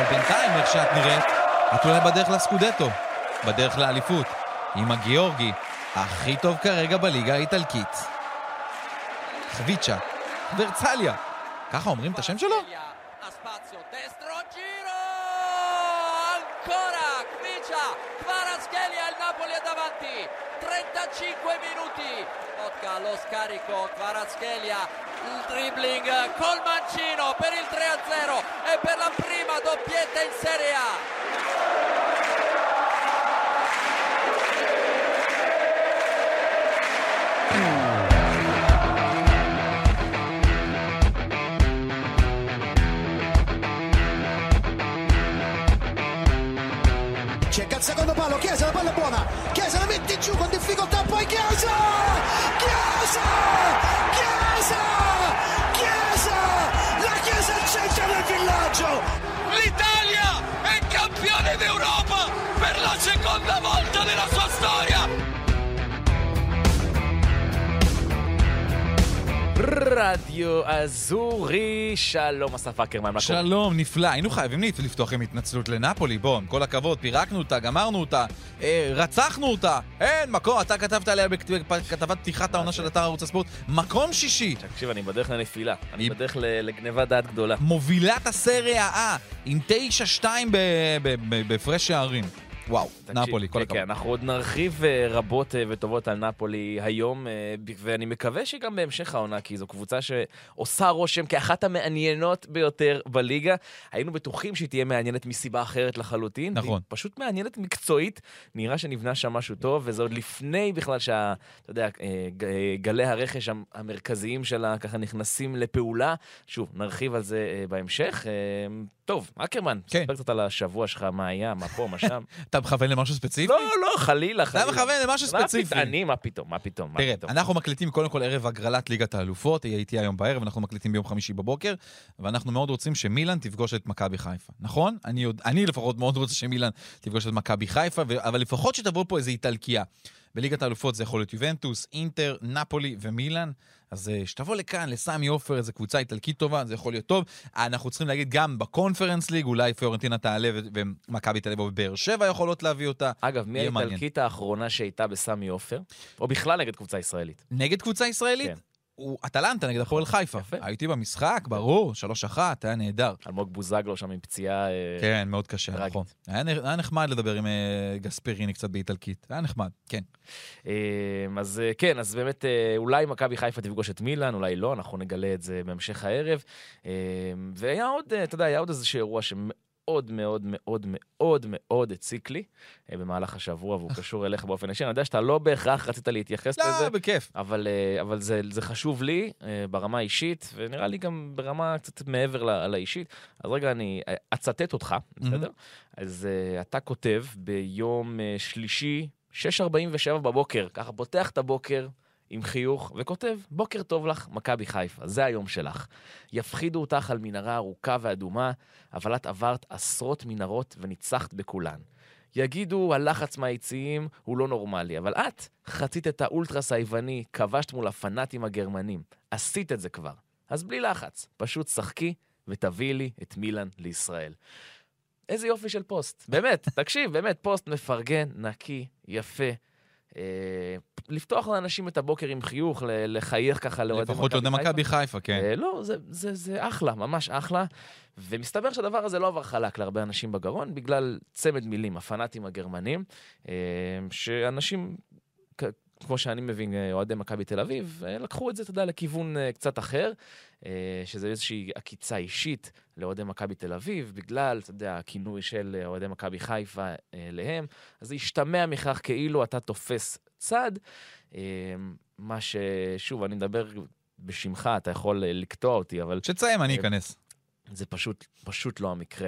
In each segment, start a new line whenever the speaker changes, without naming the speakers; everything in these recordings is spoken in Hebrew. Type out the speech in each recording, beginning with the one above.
אבל בינתיים, איך שאת נראית, את אולי בדרך לסקודטו, בדרך לאליפות, עם הגיאורגי, הכי טוב כרגע בליגה האיטלקית. חביצ'ה, ורצליה, ככה אומרים את השם שלו?
spazio destro giro ancora Kvicia Kvaratskhelia il Napoli è davanti 35 minuti tocca lo scarico Kvaratskhelia il dribbling col mancino per il 3-0 e per la prima doppietta in Serie A.
Cerca il secondo palo, Chiesa, la palla è buona, Chiesa la mette giù con difficoltà, poi Chiesa! Chiesa! Chiesa! Chiesa! La Chiesa al centro del villaggio!
L'Italia è campione d'Europa per la seconda volta nella sua storia!
רדיו אזורי, שלום אסף אקרמן.
שלום, נפלא, היינו חייבים לפתוח עם התנצלות לנפולי, בוא, עם כל הכבוד, פירקנו אותה, גמרנו אותה, רצחנו אותה, אין מקום, אתה כתבת עליה בכתבת פתיחת העונה של אתר ערוץ הספורט, מקום שישי.
תקשיב, אני בדרך לנפילה, אני בדרך לגניבת דעת גדולה.
מובילת הסריה A, עם 9-2 בהפרש שערים. וואו, נפולי, כל הכבוד.
כן, אנחנו עוד נרחיב רבות וטובות על נפולי היום, ואני מקווה שגם בהמשך העונה, כי זו קבוצה שעושה רושם כאחת המעניינות ביותר בליגה. היינו בטוחים שהיא תהיה מעניינת מסיבה אחרת לחלוטין.
נכון.
היא פשוט מעניינת מקצועית, נראה שנבנה שם משהו טוב, וזה עוד לפני בכלל אתה יודע, גלי הרכש המרכזיים שלה ככה נכנסים לפעולה. שוב, נרחיב על זה בהמשך. טוב, אקרמן, ספר קצת על השבוע שלך, מה היה, מה פה, מה שם.
אתה מכוון למשהו ספציפי?
לא, חלילה.
אתה מכוון למשהו ספציפי.
מה פתאום?
תראה, אנחנו מקליטים קודם כל ערב הגרלת ליגת האלופות, היא הייתי היום בערב, אנחנו מקליטים ביום חמישי בבוקר, ואנחנו מאוד רוצים שמילאן תפגוש את מכבי חיפה. נכון? אני לפחות מאוד רוצה שמילאן תפגוש את מכבי חיפה, אבל לפחות שתבוא פה איזו איטלקיה. בליגת האלופות זה יכול להיות יובנטוס, אינטר, נפולי ומילאן, אז שתבוא לכאן, לסמי עופר, איזו קבוצה איטלקית טובה, זה יכול להיות טוב. אנחנו צריכים להגיד גם בקונפרנס ליג, אולי פיורנטינה תעלה ומכבי תל אביב ובאר שבע יכולות להביא אותה.
אגב, מי האיטלקית האחרונה שהייתה בסמי עופר? או בכלל נגד קבוצה ישראלית?
נגד קבוצה ישראלית? כן. הוא אטלנטה נגד הפועל חיפה. הייתי במשחק, ברור, 3-1, היה נהדר.
אלמוג בוזגלו שם עם פציעה
כן, מאוד קשה, נכון. היה נחמד לדבר עם גספריני קצת באיטלקית. היה נחמד, כן.
אז כן, אז באמת אולי מכבי חיפה תפגוש את מילאן, אולי לא, אנחנו נגלה את זה בהמשך הערב. והיה עוד, אתה יודע, היה עוד איזשהו אירוע מאוד מאוד מאוד מאוד מאוד הציק לי במהלך השבוע, והוא קשור אליך באופן אישי. אני יודע שאתה לא בהכרח רצית להתייחס לזה.
לא, בכיף.
אבל זה חשוב לי ברמה האישית, ונראה לי גם ברמה קצת מעבר לאישית. אז רגע, אני אצטט אותך, בסדר? אז אתה כותב ביום שלישי, 6:47 בבוקר, ככה פותח את הבוקר, עם חיוך, וכותב, בוקר טוב לך, מכבי חיפה, זה היום שלך. יפחידו אותך על מנהרה ארוכה ואדומה, אבל את עברת עשרות מנהרות וניצחת בכולן. יגידו, הלחץ מהיציעים הוא לא נורמלי, אבל את חצית את האולטרס היווני, כבשת מול הפנאטים הגרמנים. עשית את זה כבר. אז בלי לחץ, פשוט שחקי ותביא לי את מילאן לישראל. איזה יופי של פוסט. באמת, תקשיב, באמת, פוסט מפרגן, נקי, יפה. לפתוח לאנשים את הבוקר עם חיוך, לחייך ככה לאוהדי
לפחות לאוהדי מכבי חיפה, כן.
לא, זה אחלה, ממש אחלה. ומסתבר שהדבר הזה לא עבר חלק להרבה אנשים בגרון, בגלל צמד מילים, הפנאטים הגרמנים, שאנשים, כמו שאני מבין, אוהדי מכבי תל אביב, לקחו את זה, אתה יודע, לכיוון קצת אחר, שזה איזושהי עקיצה אישית לאוהדי מכבי תל אביב, בגלל, אתה יודע, הכינוי של אוהדי מכבי חיפה להם, אז זה השתמע מכך כאילו אתה תופס צד, מה ששוב, אני מדבר בשמך, אתה יכול לקטוע אותי, אבל...
שציים, אני אכנס.
זה פשוט לא המקרה.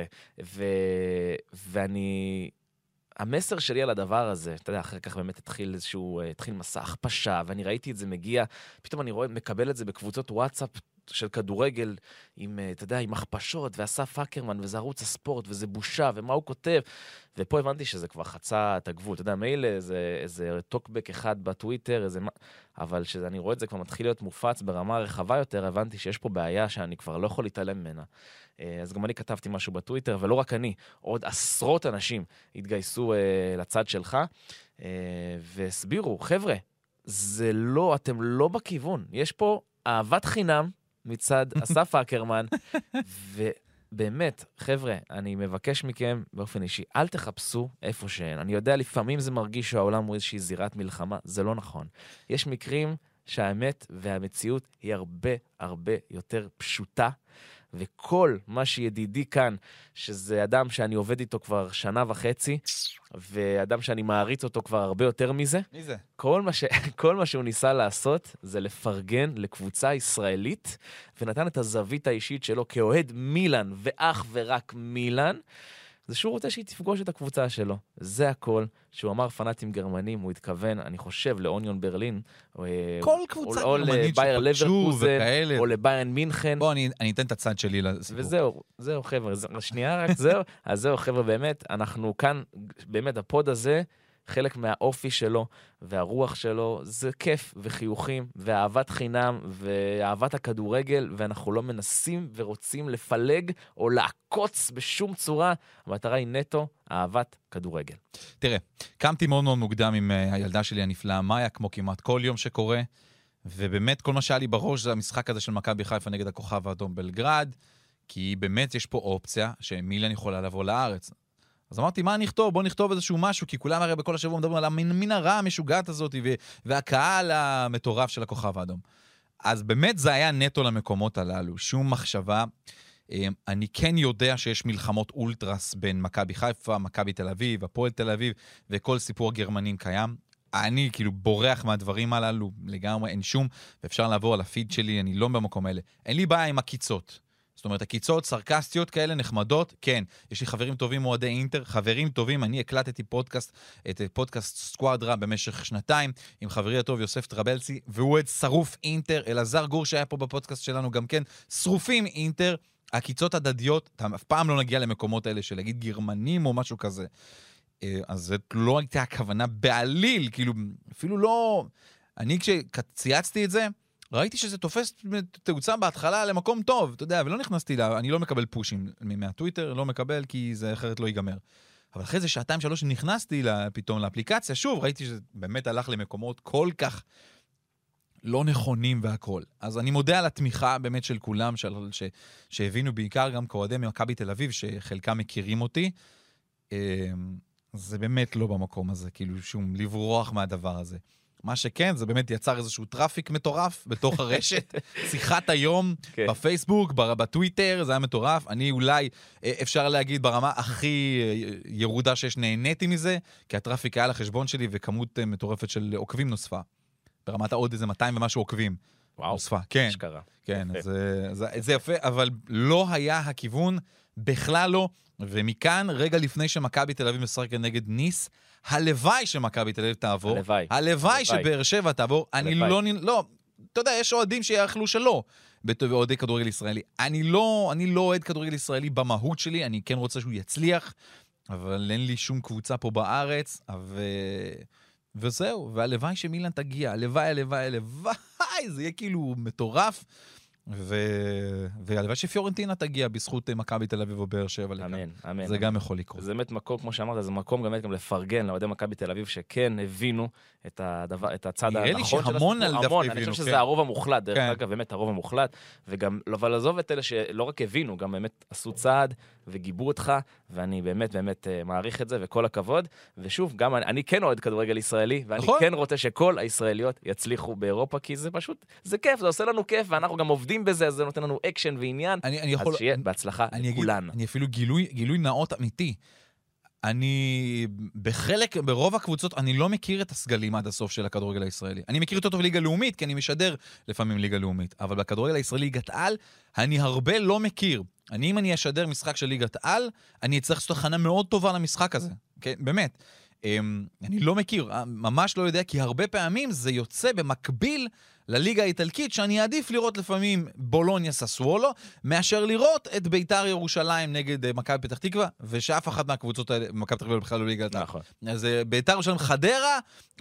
ואני... המסר שלי על הדבר הזה, אתה יודע, אחר כך באמת התחיל מסע הכפשה, ואני ראיתי את זה מגיע, פתאום אני רואה, מקבל את זה בקבוצות וואטסאפ, של כדורגל עם, אתה יודע, עם מכפשות, ואסף אקרמן, וזה ערוץ הספורט, וזה בושה, ומה הוא כותב. ופה הבנתי שזה כבר חצה את הגבול. אתה יודע, מילא איזה טוקבק אחד בטוויטר, אבל כשאני רואה את זה כבר מתחיל להיות מופץ ברמה רחבה יותר, הבנתי שיש פה בעיה שאני כבר לא יכול להתעלם ממנה. אז גם אני כתבתי משהו בטוויטר, ולא רק אני, עוד עשרות אנשים התגייסו לצד שלך, והסבירו, חבר'ה, אתם לא בכיוון. יש פה אהבת חינם מצד אסף אקרמן, ובאמת, חבר'ה, אני מבקש מכם באופן אישי, אל תחפשו איפה שאין. אני יודע, לפעמים זה מרגיש שהעולם הוא איזושהי זירת מלחמה, זה לא נכון. יש מקרים שהאמת והמציאות היא הרבה הרבה יותר פשוטה, וכל מה שידידי כאן, שזה אדם שאני עובד איתו כבר 1.5 שנה, ואדם שאני מעריץ אותו כבר הרבה יותר מזה.
מי זה?
כל מה שהוא ניסה לעשות, זה לפרגן לקבוצה ישראלית, ונתן את הזווית האישית שלו כאוהד מילאן, ואך ורק מילאן, זה שהוא רוצה שהיא תפגוש את הקבוצה שלו. זה הכל. שהוא אמר פנאטים גרמנים, הוא התכוון, אני חושב, לאוניון ברלין,
כל קבוצה
או
גרמנית
לבייר
שפגשו וכאלה.
או לביירן מינכן.
בוא, אני אתן את הצד שלי לסיפור.
וזהו, חבר'ה, שנייה רק, זהו. אז זהו, חבר'ה, באמת, אנחנו כאן, באמת, הפוד הזה, חלק מהאופי שלו והרוח שלו, זה כיף וחיוכים ואהבת חינם ואהבת הכדורגל, ואנחנו לא מנסים ורוצים לפלג או לעקוץ בשום צורה. המטרה היא נטו אהבת כדורגל.
תראה, קמתי מאוד מאוד מוקדם עם הילדה שלי הנפלאה מאיה, כמו כמעט כל יום שקורה, ובאמת כל מה שהיה לי בראש זה המשחק הזה של מכבי חיפה נגד הכוכב האדום בלגרד, כי באמת יש פה אופציה שמילאן יכולה לבוא לארץ. אז אמרתי, מה נכתוב? בוא נכתוב איזשהו משהו, כי כולם הרי בכל השבוע מדברים על המנהרה המשוגעת הזאת, והקהל המטורף של הכוכב האדום. אז באמת זה היה נטו למקומות הללו, שום מחשבה. אני כן יודע שיש מלחמות אולטרס בין מכבי חיפה, מכבי תל אביב, הפועל תל אביב, וכל סיפור הגרמנים קיים. אני כאילו בורח מהדברים הללו, לגמרי אין שום, ואפשר לעבור על הפיד שלי, אני לא במקום האלה. אין לי בעיה עם הקיצות. זאת אומרת, הקיצות סרקסטיות כאלה נחמדות, כן, יש לי חברים טובים מועדי אינטר, חברים טובים, אני הקלטתי את פודקאסט סקואדרה במשך 2 עם חברי הטוב יוסף טרבלסי, והוא עד שרוף אינטר, אלעזר גור שהיה פה בפודקאסט שלנו גם כן, שרופים אינטר, הקיצות הדדיות, אף פעם לא נגיע למקומות האלה של להגיד גרמנים או משהו כזה. אז זה לא הייתה הכוונה בעליל, כאילו, אפילו לא, אני כשצייצתי את זה, ראיתי שזה תופס תאוצה בהתחלה למקום טוב, אתה יודע, ולא נכנסתי אני לא מקבל פושים מהטוויטר, לא מקבל כי זה אחרת לא ייגמר. אבל אחרי זה 2-3 נכנסתי פתאום לאפליקציה, שוב, ראיתי שזה באמת הלך למקומות כל כך לא נכונים והכל. אז אני מודה על התמיכה באמת של כולם, שהבינו בעיקר גם כאוהדי ממכבי תל אביב, שחלקם מכירים אותי. זה באמת לא במקום הזה, כאילו שום לברוח מהדבר הזה. מה שכן, זה באמת יצר איזשהו טראפיק מטורף בתוך הרשת. שיחת היום בפייסבוק, בטוויטר, זה היה מטורף. אני אולי, אפשר להגיד, ברמה הכי ירודה שיש, נהניתי מזה, כי הטראפיק היה לחשבון שלי, וכמות מטורפת של עוקבים נוספה. ברמת העוד איזה 200 ומשהו עוקבים.
וואו,
נוספה. כן,
שקרה.
כן, זה יפה, אבל לא היה הכיוון, בכלל לא. ומכאן, רגע לפני שמכבי תל אביב משחקת נגד ניס, הלוואי שמכבי תל אביב תעבור. הלוואי שבאר שבע תעבור. אני לא, אתה יודע, יש אוהדים שיאכלו שלא, באוהדי כדורגל ישראלי. אני לא אוהד כדורגל ישראלי במהות שלי, אני כן רוצה שהוא יצליח, אבל אין לי שום קבוצה פה בארץ, וזהו, והלוואי שמילאן תגיע, הלוואי, זה יהיה כאילו מטורף, והלוואי שפיורנטינה תגיע בזכות מכבי תל אביב או באר שבע.
אמן.
זה גם יכול לקרות.
זה באמת מקום, כמו שאמרת, זה מקום גם לפרגן לאוהדי מכבי תל אביב, שכן הבינו את הצד הנכון של הסיפור.
נראה לי שהמון על דווקא הבינו.
אני חושב שזה הרוב המוחלט, דרך אגב, באמת הרוב המוחלט, וגם, אבל עזוב את אלה שלא רק הבינו, גם באמת עשו צעד וגיבו אותך, ואני באמת מעריך את זה, וכל הכבוד. ושוב, גם אני כן אוהד כדורגל ישראלי, ואני כן רוצה שכל הישראליות יצליחו באירופה, כי זה פשוט, זה כיף, זה עושה לנו כיף, ואנחנו גם עוברים בזה, אז זה נותן לנו אקשן ועניין, אז שיהיה בהצלחה לכולן.
אני אפילו גילוי נאות אמיתי. ברוב הקבוצות, אני לא מכיר את הסגלים עד הסוף של הכדורגל הישראלי. אני מכיר אותו בליגה לאומית, כי אני משדר לפעמים ליגה לאומית, אבל בכדורגל הישראלי ליגת על, אני הרבה לא מכיר. אם אני אשדר משחק של ליגת על, אני אצטרך לעשות הכנה מאוד טובה למשחק הזה. כן? באמת. אני לא מכיר, ממש לא יודע, כי הרבה פעמים זה יוצא במקביל לליגה האיטלקית, שאני אעדיף לראות לפעמים בולוניה ססוולו, מאשר לראות את ביתר ירושלים נגד מכבי פתח תקווה, ושאף אחת מהקבוצות האלה, מכבי פתח תקווה בכלל לא ליגה.
נכון.
אז ביתר ירושלים חדרה,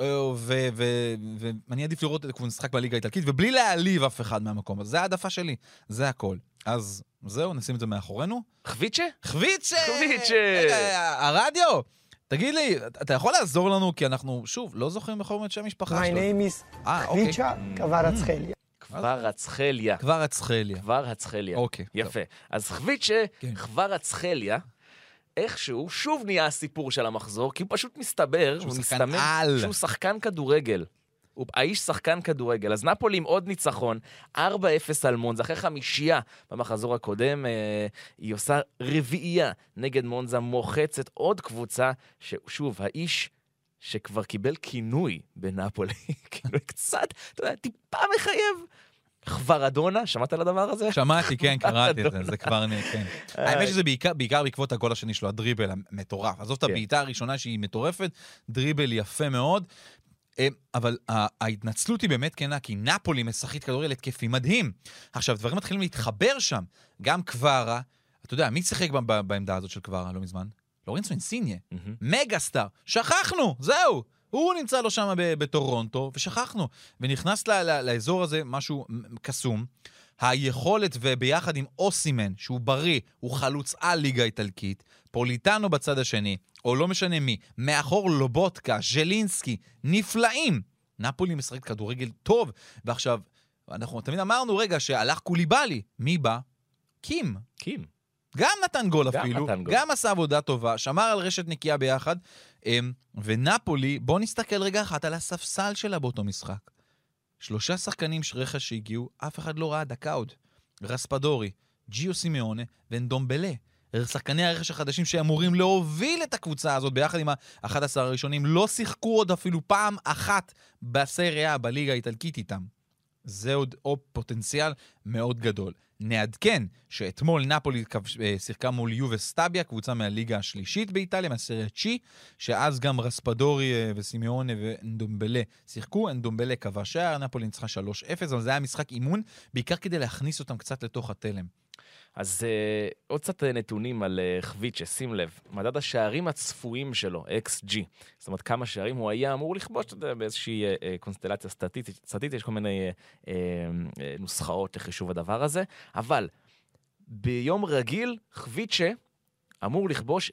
ואני אעדיף לראות את משחק בליגה האיטלקית, ובלי להעליב אף אחד מהמקום. אז זה העדפה שלי, זה הכל. אז זהו, נשים את זה מאחורינו.
חביצ'ה?
חביצ'ה!
חביצ'ה!
רגע, הרדיו! תגיד לי, אתה יכול לעזור לנו, כי אנחנו, שוב, לא זוכרים בכל את שם המשפחה
My
שלו.
name is Khvicha Kvaratskhelia.
קוורצחליה.
קוורצחליה.
קוורצחליה.
אוקיי.
יפה. אז חביצ'ה,
כן.
קוורצחליה, איכשהו שוב נהיה הסיפור של המחזור, כי הוא פשוט מסתבר,
שהוא
הוא
שחקן
מסתמן
על.
שהוא שחקן כדורגל. האיש שחקן כדורגל. אז נפולי עם עוד ניצחון, 4-0 על מונזה, אחרי 5 במחזור הקודם, היא עושה רביעייה נגד מונזה, מוחצת עוד קבוצה, ששוב, האיש שכבר קיבל כינוי בנפולי, כאילו קצת, אתה יודע, טיפה מחייב. חוורדונה, שמעת על הדבר הזה?
שמעתי, כן, קראתי את זה, זה כבר כן. האמת שזה בעיקר בעקבות הגול השני שלו, הדריבל המטורף. עזוב את הבעיטה הראשונה שהיא מטורפת, דריבל יפה מאוד, אבל ההתנצלות היא באמת כנה, כי נפולי משחקת כדורגל התקפי מדהים. עכשיו, דברים מתחילים להתחבר שם. גם קווארה, אתה יודע, מי שיחק בעמדה הזאת של קווארה לא מזמן? לורנצו אינסיניה, מגה-סטאר. שכחנו, זהו. הוא נמצא לו שם בטורונטו, ושכחנו. ונכנס לאזור הזה משהו קסום. היכולת וביחד עם אוסימן, שהוא בריא, הוא חלוץ על ליגה איטלקית, פוליטנו בצד השני, או לא משנה מי, מאחור לובוטקה, ז'לינסקי, נפלאים. נפולי משחקת כדורגל טוב, ועכשיו, אנחנו תמיד אמרנו, רגע, שהלך קוליבאלי. מי בא? קים. גם נתן גול אפילו, גם עשה עבודה טובה, שמר על רשת נקייה ביחד, ונפולי, בוא נסתכל רגע אחת על הספסל שלה באותו משחק. 3 שחקנים רכש שהגיעו, אף אחד לא ראה דקה עוד. רספדורי, ג'יו סימיונה ונדומבלה. שחקני הרכש החדשים שאמורים להוביל את הקבוצה הזאת ביחד עם ה-11 הראשונים, לא שיחקו עוד אפילו פעם אחת בסריה, בליגה האיטלקית איתם. זה עוד פוטנציאל מאוד גדול. נעדכן שאתמול נפולי שיחקה מול יובה סטאביה, קבוצה מהליגה השלישית באיטליה, מהסריה צ'י, שאז גם רספדורי וסימיונה ונדומבלה שיחקו, נדומבלה קבע שער, נפולי ניצחה 3-0, אבל זה היה משחק אימון, בעיקר כדי להכניס אותם קצת לתוך התלם.
אז עוד קצת נתונים על חביצ'ה, שים לב, מדד השערים הצפויים שלו, XG, זאת אומרת כמה שערים הוא היה אמור לכבוש, אתה יודע, באיזושהי קונסטלציה סטטיסטית, יש כל מיני נוסחאות לחישוב הדבר הזה, אבל ביום רגיל חביצ'ה אמור לכבוש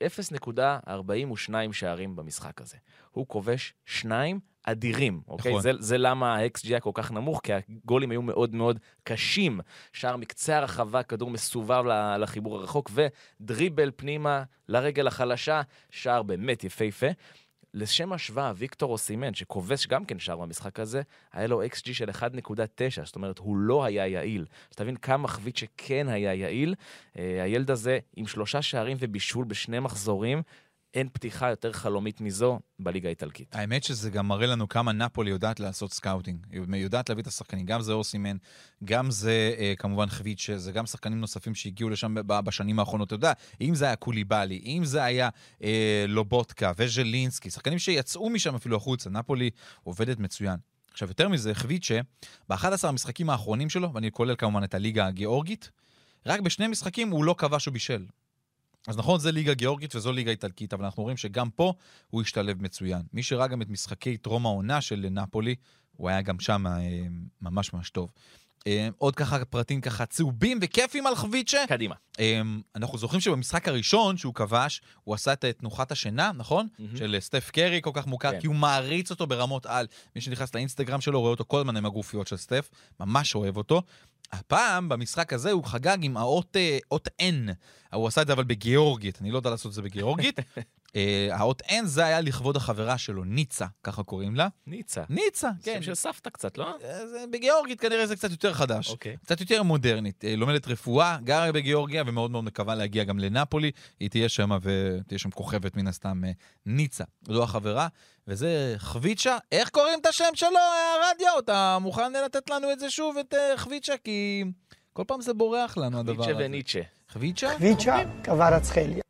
0.42 שערים במשחק הזה. הוא כובש 2 אדירים, אוקיי? זה למה ה-XG היה כל כך נמוך, כי הגולים היו מאוד מאוד קשים. שער מקצה הרחבה, כדור מסובב לחיבור הרחוק, ודריבל פנימה לרגל החלשה, שער באמת יפהפה. לשם השוואה, ויקטור אוסימן, שכובש גם כן שער במשחק הזה, היה לו XG של 1.9, זאת אומרת, הוא לא היה יעיל. שתבין כמה חביצ'ה כן היה יעיל. הילד הזה עם 3 שערים ובישול ב2 מחזורים, אין פתיחה יותר חלומית מזו בליגה האיטלקית.
האמת שזה גם מראה לנו כמה נפולי יודעת לעשות סקאוטינג. היא יודעת להביא את השחקנים. גם זה אוסימן, גם זה כמובן חביצ'ה, זה גם שחקנים נוספים שהגיעו לשם בשנים האחרונות. אתה יודע, אם זה היה קוליבאלי, אם זה היה לובוטקה וז'לינסקי, שחקנים שיצאו משם אפילו החוצה, נפולי עובדת מצוין. עכשיו, יותר מזה, חביצ'ה, ב-11 המשחקים האחרונים שלו, ואני כולל כמובן את הליגה הגיאורגית, רק ב2 משחקים הוא לא כבש או בישל. אז נכון, זה ליגה גיאורגית וזו ליגה איטלקית, אבל אנחנו רואים שגם פה הוא השתלב מצוין. מי שראה גם את משחקי טרום העונה של נפולי, הוא היה גם שם ממש ממש טוב. עוד ככה פרטים ככה צהובים וכיפים על חביצ'ה.
קדימה.
אנחנו זוכרים שבמשחק הראשון שהוא כבש, הוא עשה את תנוחת השינה, נכון? של סטף קרי, כל כך מוכר, כי הוא מעריץ אותו ברמות על. מי שנכנס לאינסטגרם שלו, רואה אותו כל הזמן עם הגופיות של סטף, ממש אוהב אותו. הפעם, במשחק הזה, הוא חגג עם האות N. הוא עשה את זה אבל בגיאורגית, אני לא יודע לעשות את זה בגיאורגית. האות N זה היה לכבוד החברה שלו, ניצה, ככה קוראים לה.
ניצה,
כן.
שם של סבתא קצת, לא?
בגיאורגית כנראה זה קצת יותר חדש. קצת יותר מודרנית. לומדת רפואה, גרה בגיאורגיה, ומאוד מאוד מקווה להגיע גם לנפולי. היא תהיה שם ותהיה שם כוכבת מן הסתם ניצה. זו החברה. וזה חביצ'ה. איך קוראים את השם שלו, הרדיו? אתה מוכן לתת לנו את זה שוב, את חביצ'ה? כי כל פעם זה בורח לנו הדבר הזה.
חביצ'ה וניצ'ה.
חביצ'ה?
Khvicha Kvaratskhelia.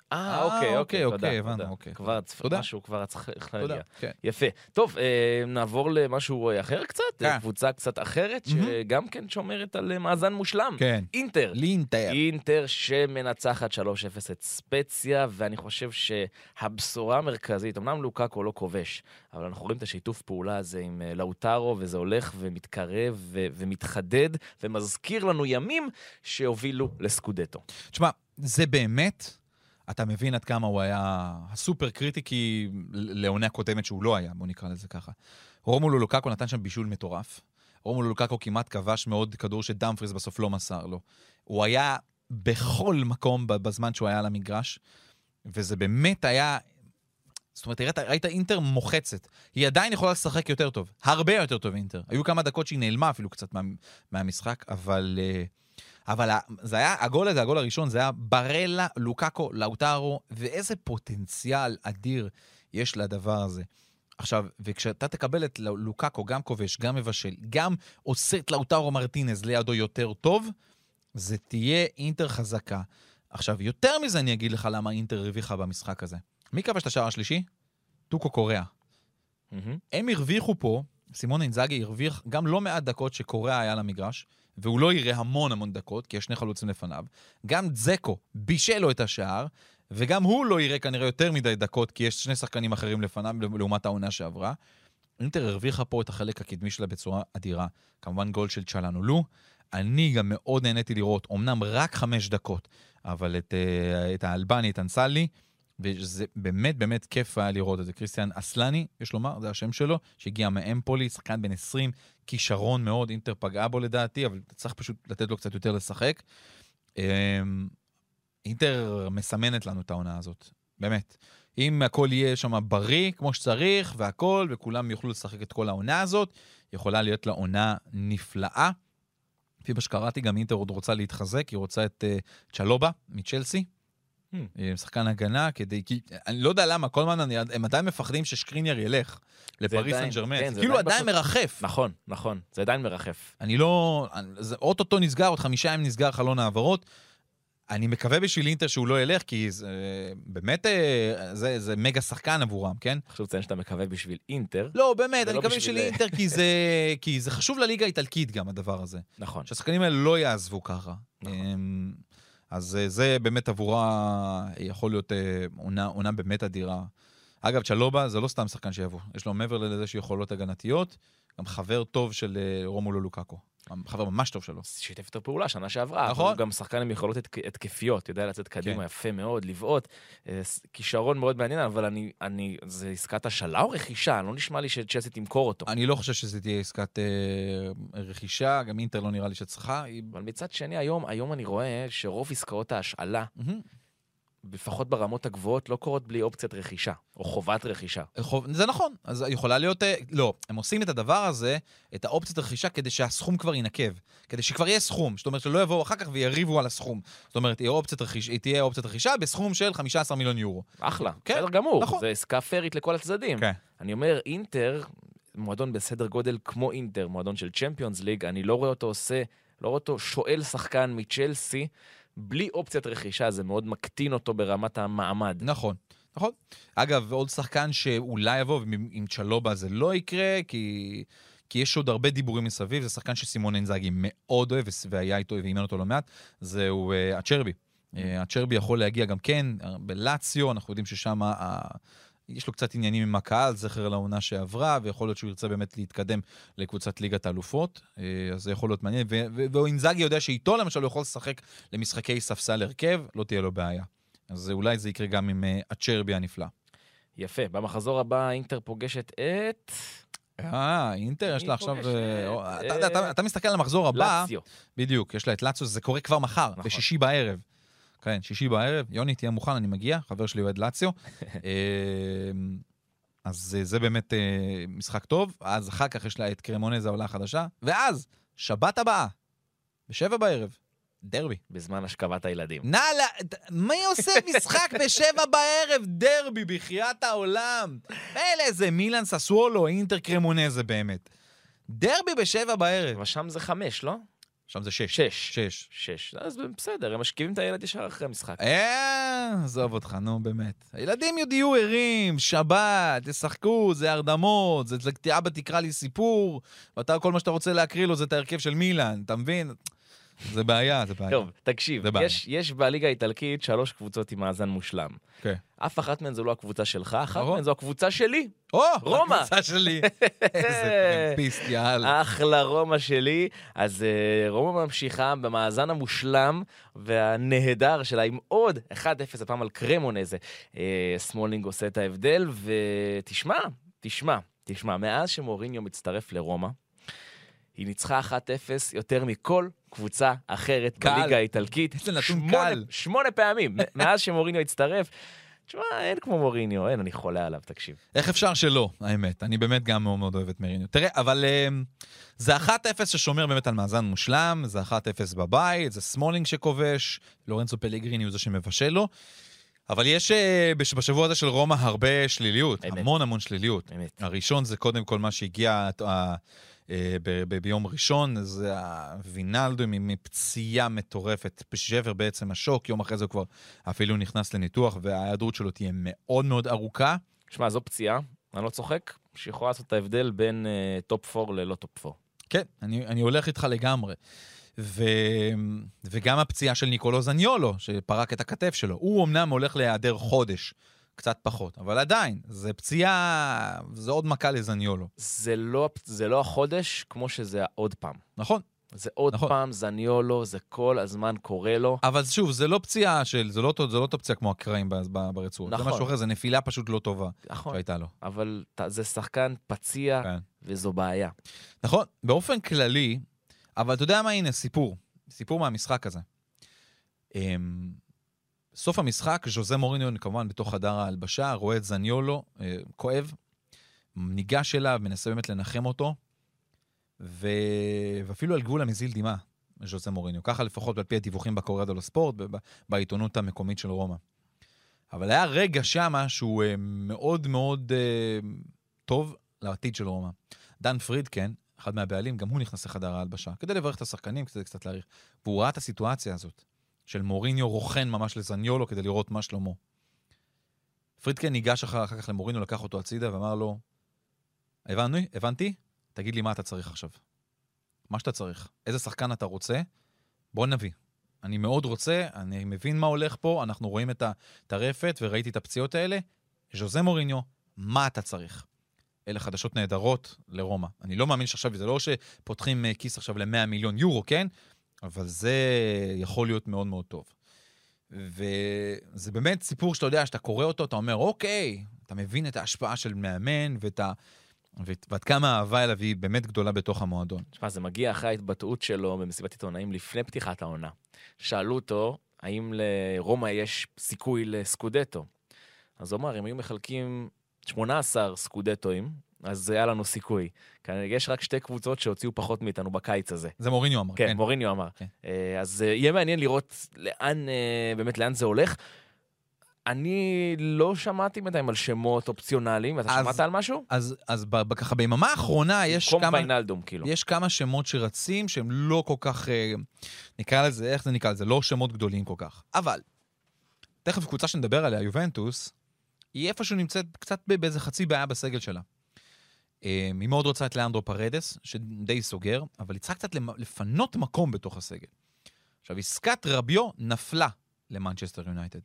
אוקיי,
הבנו, אוקיי.
כבר משהו, כבר צריך להגיע.
כן.
יפה. טוב, נעבור למשהו אחר קצת, קבוצה קצת אחרת, שגם כן שומרת על מאזן מושלם.
כן.
אינטר.
לאינטר.
אינטר שמנצחת 3-0 את ספציה, ואני חושב שהבשורה המרכזית, אמנם לוקאקו לא כובש, אבל אנחנו רואים את השיתוף פעולה הזה עם לאוטרו, וזה הולך ומתקרב ומתחדד, ומזכיר לנו ימים שהובילו לסקודטו.
תשמע, זה באמת, אתה מבין עד כמה הוא היה הסופר קריטי, כי לעונה הקודמת שהוא לא היה, בוא נקרא לזה ככה. רומולו לוקאקו נתן שם בישול מטורף. רומולו לוקאקו כמעט כבש מאוד כדור שדמפריס בסוף לא מסר לו. הוא היה בכל מקום בזמן שהוא היה על המגרש, וזה באמת היה, זאת אומרת, ראית אינטר מוחצת. היא עדיין יכולה לשחק יותר טוב. הרבה יותר טוב אינטר. היו כמה דקות שהיא נעלמה אפילו קצת מהמשחק, אבל זה היה, הגול הראשון, זה היה ברלה, לוקאקו, לאוטרו, ואיזה פוטנציאל אדיר יש לדבר הזה. עכשיו, וכשאתה תקבל את לוקאקו, גם כובש, גם מבשל, גם עושה את לאוטרו מרטינז לידו יותר טוב, זה תהיה אינטר חזקה. עכשיו, יותר מזה אני אגיד לך למה אינטר הרוויחה במשחק הזה. מי כבש את השער השלישי? טוקו קוריאה. הם הרוויחו פה, סימון אינזאגי הרוויח גם לא מעט דקות שקוריאה היה למגרש, והוא לא יראה המון דקות, כי יש שני חלוצים לפניו. גם זקו בישל לו את השער, וגם הוא לא יראה כנראה יותר מדי דקות, כי יש שני שחקנים אחרים לפניו, לעומת העונה שעברה. אינטר הרוויחה פה את החלק הקדמי שלה בצורה אדירה. כמובן גול של צ'לנולו. אני גם מאוד נהניתי לראות, אמנם רק 5 דקות, אבל את האלבני, את אנסלי, וזה באמת כיף היה לראות את זה. קריסטיאן אסלני, יש לומר, זה השם שלו, שהגיע מאמפולי, שחקן בן 20, כישרון מאוד, אינטר פגעה בו לדעתי, אבל צריך פשוט לתת לו קצת יותר לשחק. אינטר מסמנת לנו את העונה הזאת, באמת. אם הכל יהיה שם בריא, כמו שצריך, והכל, וכולם יוכלו לשחק את כל העונה הזאת, יכולה להיות לה עונה נפלאה. לפי בשקראתי, גם אינטר עוד רוצה להתחזק, היא רוצה את צ'לובה מצ'לסי, שחקן הגנה, כי אני לא יודע למה, כל הזמן הם עדיין מפחדים ששקריניאר ילך לפריס סן ז'רמן, כאילו עדיין מרחף.
נכון, זה עדיין מרחף.
אני לא, אוטוטו נסגר, עוד 5 ימים נסגר חלון העברות, אני מקווה בשביל אינטר שהוא לא ילך, כי באמת זה מגה שחקן עבורם, כן?
חשוב לציין שאתה מקווה בשביל אינטר.
לא, באמת, אני מקווה בשביל אינטר, כי זה חשוב לליגה האיטלקית גם, הדבר הזה.
נכון.
שהשחקנים האלה לא יעזבו ככה. אז זה באמת עבורה, יכול להיות עונה באמת אדירה. אגב, צ'לובה זה לא סתם שחקן שיבוא. יש לו מעבר לזה שיכולות הגנתיות, גם חבר טוב של רומולו לוקאקו. חבר ממש טוב שלו.
שיתף את הפעולה שנה שעברה.
נכון.
הוא גם שחקן עם יכולות התקפיות, יודע לצאת קדימה יפה מאוד, לבעוט. כישרון מאוד מעניין, אבל זה עסקת השאלה או רכישה? לא נשמע לי שצ'לסי תמכור אותו.
אני לא חושב שזה תהיה עסקת רכישה, גם אינטר לא נראה לי שצריכה.
אבל מצד שני, היום אני רואה שרוב עסקאות ההשאלה, לפחות ברמות הגבוהות, לא קורות בלי אופציית רכישה, או חובת רכישה.
זה נכון, אז יכולה להיות, לא, הם עושים את הדבר הזה, את האופציית רכישה, כדי שהסכום כבר ינקב, כדי שכבר יהיה סכום, זאת אומרת שלא יבואו אחר כך ויריבו על הסכום, זאת אומרת, תהיה אופציית רכישה בסכום של 15 מיליון יורו.
אחלה,
כן,
בסדר גמור,
נכון.
זה עסקה פרית לכל הצדדים.
כן.
אני אומר, אינטר, מועדון בסדר גודל כמו אינטר, מועדון של צ'מפיונס ליג, אני לא רואה אותו שואל שחקן מצ'לסי, בלי אופציית רכישה, זה מאוד מקטין אותו ברמת המעמד.
נכון. אגב, עוד שחקן שאולי יבוא, עם צ'לובה זה לא יקרה, כי יש עוד הרבה דיבורים מסביב, זה שחקן שסימון אינזאגי מאוד אוהב, והיה איתו ואימן אותו לא מעט, זהו הצ'רבי. הצ'רבי יכול להגיע גם כן, בלאציו, אנחנו יודעים ששם יש לו קצת עניינים עם הקהל, זכר לעונה שעברה, ויכול להיות שהוא ירצה באמת להתקדם לקבוצת ליגת האלופות, אז זה יכול להיות מעניין, ואינזאגי יודע שאיתו למשל הוא יכול לשחק למשחקי ספסל הרכב, לא תהיה לו בעיה. אז אולי זה יקרה גם עם הצ'רבי הנפלא.
יפה, במחזור הבא אינטר פוגשת את...
אינטר, יש לה עכשיו... אתה מסתכל על המחזור הבא...
לאציו.
בדיוק, יש לה את לאציו, זה קורה כבר מחר, בשישי בערב. כן, שישי בערב, יוני, תהיה מוכן, אני מגיע, חבר שלי אוהד לאציו. אז זה באמת משחק טוב, אז אחר כך יש לה את קרמונזה, העולה החדשה, ואז, שבת הבאה, ב7 בערב, דרבי.
בזמן השכבת הילדים.
נאללה, מי עושה משחק ב7 בערב? דרבי, בחיית העולם. אלה זה מילאן ססוולו, אינטר קרמונזה באמת. דרבי ב7 בערב.
ושם זה 5, לא?
שם זה 6.
6. אז בסדר, הם משכיבים את הילד ישר אחרי המשחק.
עזוב אותך, נו באמת. הילדים יודיעו ערים, שבת, תשחקו, זה הרדמות, זה אבא תקרא לי סיפור, ואתה כל מה שאתה רוצה להקריא לו זה את ההרכב של מילאן, אתה מבין? זה בעיה, זה בעיה.
טוב, תקשיב, יש בליגה האיטלקית 3 קבוצות עם מאזן מושלם.
כן.
אף אחת מהן זו לא הקבוצה שלך, אחת מהן זו הקבוצה שלי.
רומא. הקבוצה שלי. איזה טרמפיסט, יאללה.
אחלה רומא שלי. אז רומא ממשיכה במאזן המושלם והנהדר שלה עם עוד 1-0 הפעם על קרמונזה. סמולינג עושה את ההבדל, ותשמע, מאז שמוריניו מצטרף לרומא, היא ניצחה 1-0 יותר מכל קבוצה אחרת בליגה האיטלקית.
זה נתון קל.
8 פעמים, מאז שמוריניו הצטרף. תשמע, אין כמו מוריניו, אני חולה עליו, תקשיב.
איך אפשר שלא, האמת? אני באמת גם מאוד מאוד אוהב את מוריניו. תראה, אבל זה 1-0 ששומר באמת על מאזן מושלם, זה 1-0 בבית, זה סמולינג שכובש, לורנצו פלגריני הוא זה שמבשל לו, אבל יש בשבוע הזה של רומא הרבה שליליות, המון שליליות. הראשון זה קודם כל מה שהגיע ביום ראשון, זה הווינלדו מפציעה מטורפת, שבר בעצם השוק, יום אחרי זה הוא כבר אפילו נכנס לניתוח, וההיעדרות שלו תהיה מאוד מאוד ארוכה.
שמע, זו פציעה, אני לא צוחק, שיכולה לעשות את ההבדל בין טופ 4 ללא טופ 4.
כן, אני הולך איתך לגמרי. וגם הפציעה של ניקולו זניולו, שפרק את הכתף שלו, הוא אמנם הולך להיעדר חודש, קצת פחות, אבל עדיין, זה פציעה, זה עוד מכה לזניולו.
זה לא החודש כמו שזה עוד פעם.
נכון.
זה עוד פעם, זניולו, זה כל הזמן קורה לו.
אבל שוב, זה לא פציעה זה לא פציעה כמו הקרעים ברצועות.
נכון.
זה משהו אחר, זה נפילה פשוט לא טובה.
נכון.
שהייתה לו.
אבל זה שחקן פציע, וזו בעיה.
נכון, באופן כללי, אבל אתה יודע מה, הנה, סיפור מהמשחק הזה. סוף המשחק, ז'וזה מוריניו, כמובן, בתוך חדר ההלבשה, רואה את זניולו, כואב, ניגש אליו, מנסה באמת לנחם אותו, ואפילו על גבול המזיל דמעה, ז'וזה מוריניו. ככה לפחות על פי הדיווחים בקוריאה דלו ספורט, בעיתונות המקומית של רומא. אבל היה רגע שמה שהוא מאוד מאוד טוב לעתיד של רומא. דן פרידקן, אחד מהבעלים, גם הוא נכנס לחדר ההלבשה, כדי לברך את השחקנים, כדי קצת להעריך. והוא ראה את הסיטואציה הזאת, של מוריניו רוחן ממש לזניולו, כדי לראות מה שלמה. פרידקן ניגש אחר כך למוריניו, לקח אותו הצידה, ואמר לו, הבנתי? תגיד לי מה אתה צריך עכשיו. מה שאתה צריך. איזה שחקן אתה רוצה? בוא נביא. אני מאוד רוצה, אני מבין מה הולך פה, אנחנו רואים את הרפת, וראיתי את הפציעות האלה. ז'וזה מוריניו, מה אתה צריך? אלה חדשות נהדרות לרומא. אני לא מאמין שעכשיו, זה לא שפותחים כיס עכשיו ל100 מיליון יורו, כן? אבל זה יכול להיות מאוד מאוד טוב. וזה באמת סיפור שאתה יודע, שאתה קורא אותו, אתה אומר, אוקיי, אתה מבין את ההשפעה של מאמן, ועד כמה האהבה אליו היא באמת גדולה בתוך המועדון.
תשמע, זה מגיע אחרי ההתבטאות שלו במסיבת עיתונאים לפני פתיחת העונה. שאלו אותו, האם לרומא יש סיכוי לסקודטו? אז הוא אמר, אם היו מחלקים 18 סקודטואים, אז היה לנו סיכוי. יש רק 2 קבוצות שהוציאו פחות מאיתנו בקיץ הזה.
זה מוריניו אמר.
כן, מוריניו אמר. אז יהיה מעניין לראות לאן זה הולך. אני לא שמעתי בינתיים על שמות אופציונליים. אתה שמעת על משהו?
אז ככה, ביממה האחרונה יש כמה שמות שרצים, שהם לא כל כך, נקרא לזה, איך זה נקרא לזה? לא שמות גדולים כל כך. אבל, תכף קבוצה שנדבר עליה, יובנטוס, היא איפשהו נמצאת קצת באיזה חצי בעיה בסגל שלה. היא מאוד רוצה את לאנדרו פרדס, שדי סוגר, אבל היא צריכה קצת לפנות מקום בתוך הסגל. עכשיו, עסקת רביו נפלה למנצ'סטר יונייטד.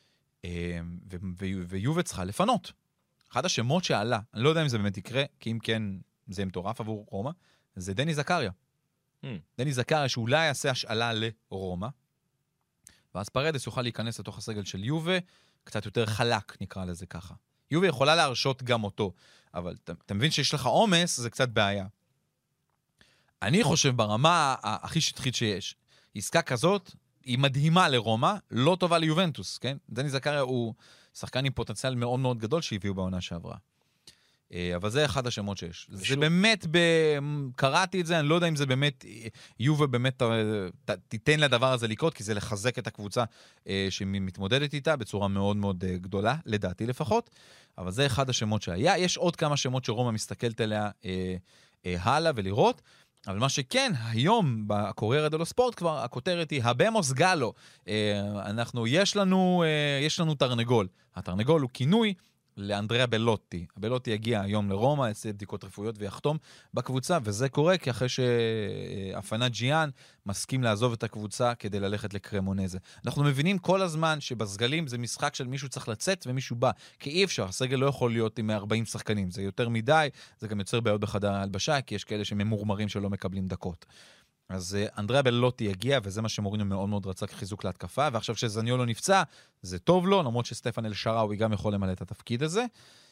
ויובה צריכה לפנות. אחד השמות שעלה, אני לא יודע אם זה באמת יקרה, כי אם כן זה מטורף עבור רומא, זה דני זקריה. דני זקריה שאולי יעשה השאלה לרומא, ואז פרדס יוכל להיכנס לתוך הסגל של יובה, קצת יותר חלק, נקרא לזה ככה. יובה יכולה להרשות גם אותו, אבל אתה מבין שיש לך עומס, זה קצת בעיה. אני חושב ברמה הכי שטחית שיש, עסקה כזאת היא מדהימה לרומא, לא טובה ליובנטוס, כן? דני זקריה הוא שחקן עם פוטנציאל מאוד מאוד גדול שהביאו בעונה שעברה. אבל זה אחד השמות שיש. זה באמת, קראתי את זה, אני לא יודע אם זה באמת, יובה באמת תיתן לדבר הזה לקרות, כי זה לחזק את הקבוצה שמתמודדת איתה בצורה מאוד מאוד גדולה, לדעתי לפחות, אבל זה אחד השמות שהיה. יש עוד כמה שמות שרומא מסתכלת עליה הלאה ולראות, אבל מה שכן, היום בקוריירה דלו ספורט כבר הכותרת היא הבמוס גלו. יש לנו תרנגול. התרנגול הוא כינוי לאנדריאה בלוטי. הבלוטי יגיע היום לרומא, יעשה בדיקות רפואיות ויחתום בקבוצה, וזה קורה כי אחרי שאפנה ג'יאן מסכים לעזוב את הקבוצה כדי ללכת לקרמונזה. אנחנו מבינים כל הזמן שבסגלים זה משחק של מישהו צריך לצאת ומישהו בא, כי אי אפשר, הסגל לא יכול להיות עם 40 שחקנים, זה יותר מדי, זה גם יוצר בעיות בחדר ההלבשה, כי יש כאלה שממורמרים שלא מקבלים דקות. אז אנדריאה בלוטי יגיע, וזה מה שמוריניו מאוד מאוד רצה כחיזוק להתקפה, ועכשיו שזניולו נפצע, זה טוב לו, למרות שסטפן אל-שרעוי גם יכול למלא את התפקיד הזה.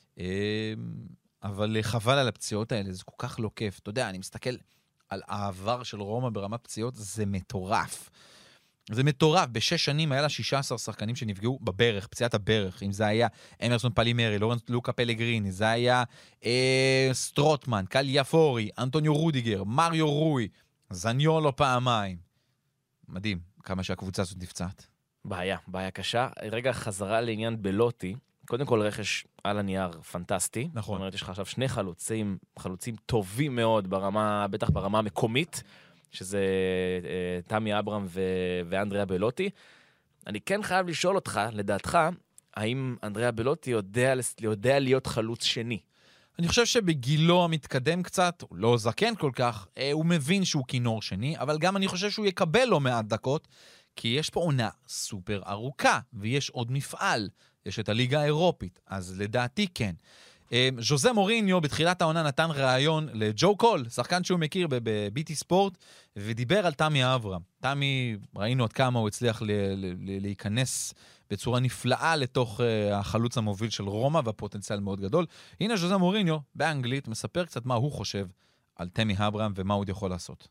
אבל חבל על הפציעות האלה, זה כל כך לא כיף. אתה יודע, אני מסתכל על העבר של רומא ברמה פציעות, זה מטורף. זה מטורף, ב6 שנים היה לה 16 שחקנים שנפגעו בברך, פציעת הברך, אם זה היה אמרסון פלימרי, לורנס לוקה פלגריני, זה היה סטרוטמן, קל יפורי, אנטוניו רודיגר, מריו רוי, זניולו פעמיים. מדהים, כמה שהקבוצה הזאת נפצעת.
בעיה קשה. רגע, חזרה לעניין בלוטי. קודם כל רכש על הנייר פנטסטי.
נכון.
זאת אומרת, יש לך עכשיו שני חלוצים טובים מאוד בטח ברמה המקומית, שזה תמי אברהם ואנדריאה בלוטי. אני כן חייב לשאול אותך, לדעתך, האם אנדריאה בלוטי יודע להיות חלוץ שני?
אני חושב שבגילו המתקדם קצת, הוא לא זקן כל כך, הוא מבין שהוא כינור שני, אבל גם אני חושב שהוא יקבל לו מעט דקות, כי יש פה עונה סופר ארוכה, ויש עוד מפעל, יש את הליגה האירופית, אז לדעתי כן. ז'וזה מוריניו בתחילת העונה נתן ראיון לג'ו קול, שחקן שהוא מכיר בביטי ספורט, ודיבר על תמי אברהם. תמי, ראינו עד כמה הוא הצליח להיכנס בצורה נפלאה לתוך החלוץ המוביל של רומא, והפוטנציאל מאוד גדול. הנה ז'וזה מוריניו, באנגלית, מספר קצת מה הוא חושב על תמי אברהם ומה הוא יכול לעשות.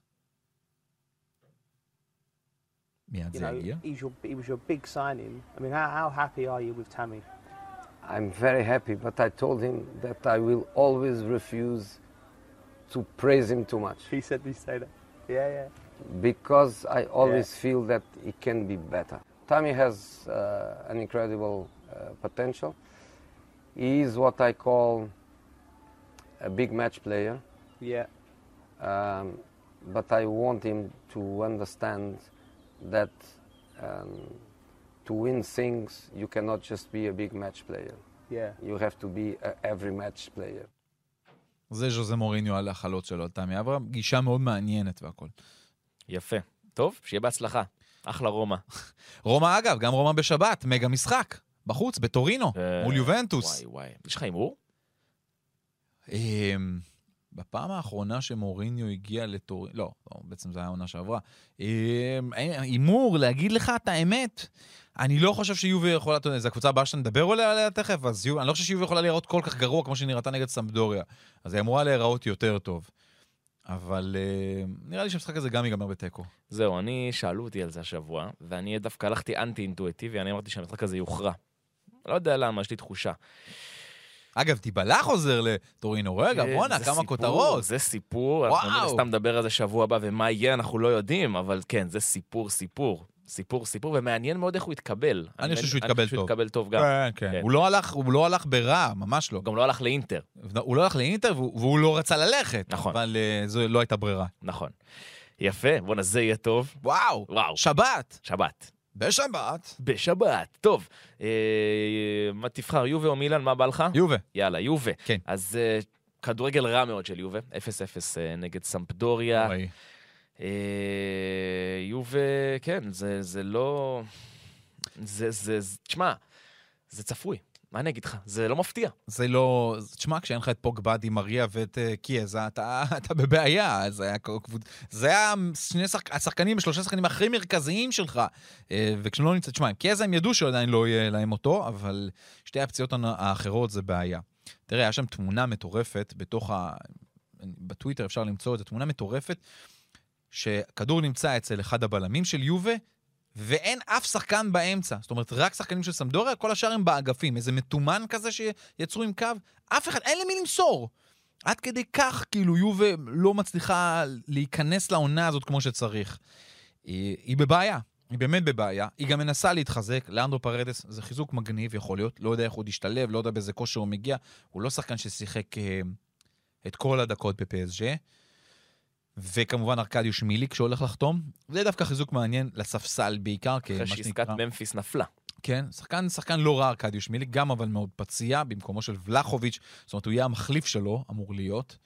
מיד זה הגיע.
He was your big signing. I mean, how happy are you with Tammy?
I'm very happy, but I told him that I will always refuse to praise him too much.
He said me say that. Yeah.
Because I always feel that he can be better. Tammy has an incredible potential. He is what I call a big match player.
Yeah.
But I want him to understand that to win things, you cannot just be a big match player.
Yeah.
You have to be an every match player.
זה ז'וזה מוריניו על החלוץ שלו, על תמי אברהם. גישה מאוד מעניינת והכל.
יפה. טוב, שיהיה בהצלחה. אחלה רומא.
רומא אגב, גם רומא בשבת, מגה משחק. בחוץ, בטורינו, מול יובנטוס.
וואי. יש לך אימור?
בפעם האחרונה שמוריניו הגיע לטורינו, לא, בעצם זה היה העונה שעברה, אימור, להגיד לך את האמת, אני לא חושב שיובי יכולה, זו הקבוצה הבאה שנדבר עליה תכף, אז אני לא חושב שיובי יכולה להיראות כל כך גרוע כמו שנראתה נגד סמפדוריה, אז היא אמורה להיראות יותר טוב. אבל נראה לי שהמשחק הזה גם ייגמר בטקו.
זהו, שאלו אותי על זה השבוע, ואני דווקא הלכתי אנטי-אינטואיטיבי, אני אמרתי שהמשחק הזה יוכרע. לא יודע למה, יש לי תחושה.
אגב, טיבלה חוזר לטורינו, רגע, בואנה, כמה כותרות.
זה סיפור, אנחנו סתם נדבר על זה שבוע הבא, ומה יהיה אנחנו לא יודעים, אבל כן, זה סיפור, ומעניין מאוד איך הוא יתקבל.
אני חושב שהוא יתקבל טוב.
שהוא יתקבל טוב גם.
כן. הוא לא הלך ברע, ממש לא.
גם לא הלך לאינטר.
הוא לא הלך לאינטר, והוא לא רצה ללכת.
נכון.
אבל זו לא הייתה ברירה.
נכון. יפה, בוא'נה, זה יהיה טוב.
וואו. שבת. בשבת.
טוב, מה תבחר, יובה או מילאן? מה בא לך?
יובה.
יאללה, יובה.
כן.
אז כדורגל רע מאוד של יובה, 0-0 נגד סמפדוריה. יובה, כן, זה לא... תשמע, זה צפוי. מה אני אגיד לך? זה לא מפתיע.
זה לא... תשמע, כשאין לך את פוגבה, די מריה ואת קיאזה, אתה בבעיה. זה היה השחקנים, 3 שחקנים הכי מרכזיים שלך. וכשלא נמצא... תשמע, קיאזה הם ידעו שעדיין לא יהיה להם אותו, אבל שתי הפציעות האחרות זה בעיה. תראה, היה שם תמונה מטורפת בטוויטר אפשר למצוא את התמונה מטורפת, שכדור נמצא אצל אחד הבלמים של יובה, ואין אף שחקן באמצע. זאת אומרת, רק שחקנים של סמפדוריה, כל השאר הם באגפים. איזה מתומן כזה שיצרו עם קו. אף אחד, אין למי למסור. עד כדי כך, כאילו, יובה לא מצליחה להיכנס לעונה הזאת כמו שצריך. היא בבעיה. היא באמת בבעיה. היא גם מנסה להתחזק. לאנדרו פרדס, זה חיזוק מגניב, יכול להיות. לא יודע איך הוא ישתלב, לא יודע באיזה כושר הוא מגיע. הוא לא שחקן ששיחק את כל הדקות בפסג'. וכמובן ארקדיוש מיליק שהולך לחתום. זה דווקא חיזוק מעניין לספסל בעיקר.
אחרי שעסקת ממפיס נפלה.
כן, שחקן לא רע ארקדיוש מיליק, גם אבל מאוד פציע, במקומו של ולחוביץ', זאת אומרת, הוא יהיה המחליף שלו, אמור להיות.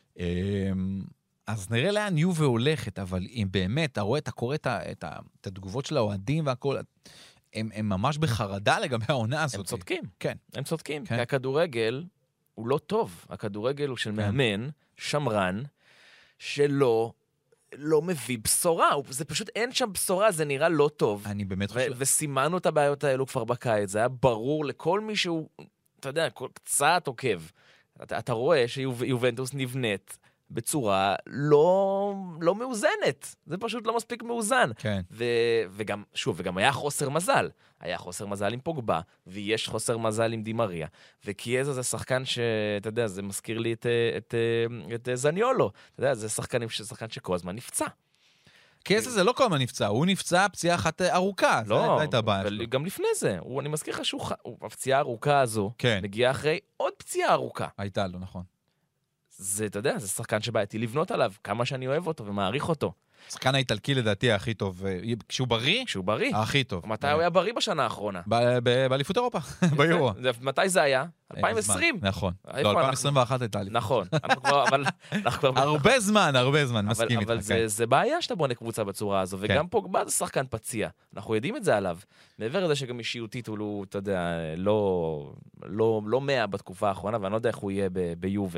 אז נראה לאן יובה הולכת, אבל אם באמת, אתה רואה, אתה קורא את התגובות של האוהדים והכל, הם ממש בחרדה לגבי העונה הזאת.
הם צודקים.
כן.
הם צודקים, כי הכדורגל הוא לא טוב. הכדורגל הוא של מאמן, שמרן, שלא מביא בשורה. זה פשוט אין שם בשורה, זה נראה לא טוב.
אני באמת חושב.
וסימנו את הבעיות האלו כבר בקיץ. זה היה ברור לכל מי שהוא, אתה יודע, קצת עוקב. אתה רואה שיובנטוס נבנית בצורה לא מאוזנת. זה פשוט לא מספיק מאוזן.
כן.
וגם, שוב, וגם היה חוסר מזל. היה חוסר מזל עם פוגבה, ויש חוסר מזל עם דימריה. וקיאזה זה שחקן שאתה יודע, זה מזכיר לי את זניולו. אתה יודע, זה שחקן שכל הזמן נפצע.
קיאזה זה לא כל הזמן נפצע, הוא נפצע פציעה אחת ארוכה.
לא,
הייתה הבעיה שלו.
גם לפני זה. אני מזכיר לך הפציעה הארוכה הזו, מגיעה אחרי עוד פציעה ארוכה.
הייתה לו, נכון.
זה, אתה יודע, זה שחקן שבעייתי לבנות עליו, כמה שאני אוהב אותו ומעריך אותו.
שחקן האיטלקי לדעתי הכי טוב, כשהוא בריא?
כשהוא בריא.
הכי טוב.
מתי הוא היה בריא בשנה האחרונה?
באליפות אירופה, ביורו.
מתי זה היה? 2020.
נכון. לא, 2021 הייתה אליפות.
נכון.
הרבה זמן, מסכים איתך.
אבל זה בעיה שאתה בונה קבוצה בצורה הזו, וגם פוגבה זה שחקן פציע. אנחנו יודעים את זה עליו. מעבר לזה שגם אישיותית הוא, אתה יודע, לא 100 בתקופה האחרונה, ואני לא יודע איך הוא יהיה ביובה.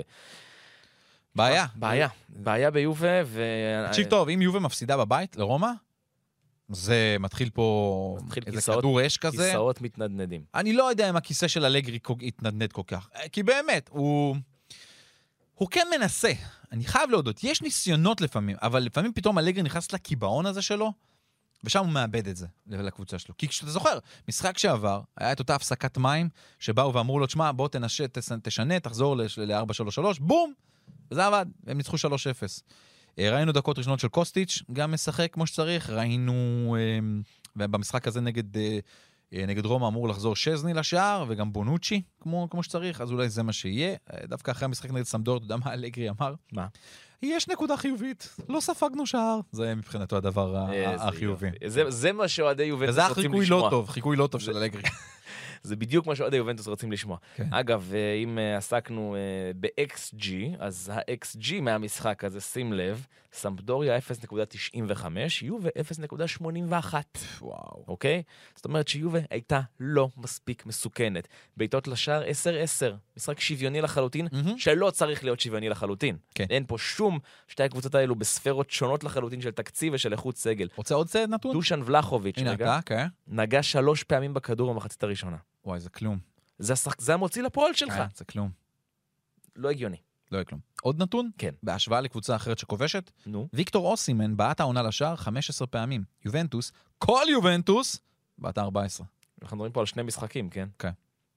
בעיה ביובה,
תקשיב טוב, אם יובה מפסידה בבית לרומא, זה מתחיל פה איזה כדור אש כזה.
כיסאות מתנדנדים.
אני לא יודע אם הכיסא של אלגרי יתנדנד כל כך, כי באמת, הוא כן מנסה, אני חייב להודות, יש ניסיונות לפעמים, אבל לפעמים פתאום אלגרי נכנס לקיבעון הזה שלו, ושם הוא מאבד את זה לקבוצה שלו. כי כשאתה זוכר, משחק שעבר, היה את אותה הפסקת מים, שבאו ואמרו לו, תשמע, בוא תשנה, תחזור ל-4-3-3, בום! וזה עבד, הם ניצחו 3-0. ראינו דקות ראשונות של קוסטיץ', גם משחק כמו שצריך, ראינו, במשחק הזה נגד רומא אמור לחזור שזני לשער, וגם בונוצ'י כמו שצריך, אז אולי זה מה שיהיה. דווקא אחרי המשחק נגד סמדור, אתה יודע מה אלגרי אמר?
מה?
יש נקודה חיובית, לא ספגנו שער. זה מבחינתו הדבר החיובי.
זה מה שאוהדי יובנטוס רוצים לשמוע.
וזה חיקוי לא טוב, חיקוי לא טוב של אלגרי.
זה בדיוק מה שאוהדי יובנטוס רוצים לשמוע. אגב, אם עסקנו ב-XG, אז ה-XG מהמשחק הזה, שים לב, סמפדוריה 0.95, יובה 0.81.
וואו.
אוקיי? זאת אומרת שיובה הייתה לא מספיק מסוכנת. בעיטות לשער 10-10. משחק שוויוני לחלוטין, שלא צריך להיות שוויוני לחלוטין. אין פה שום שתי הקבוצות האלו בספרות שונות לחלוטין של תקציב ושל איכות סגל.
רוצה עוד צעד נתון?
דושן ולחוביץ' נגע 3 פעמים בכדור במחצית הראשונה.
וואי, זה כלום.
זה המוציא לפועל שלך.
זה כלום.
לא הגיוני.
לא כלום. עוד נתון?
כן.
בהשוואה לקבוצה אחרת שכובשת?
נו.
ויקטור אוסימן בעט העונה לשער 15 פעמים. יובנטוס, כל יובנטוס, בעט 14.
אנחנו מדברים פה על 2 משחקים, כן?
כן.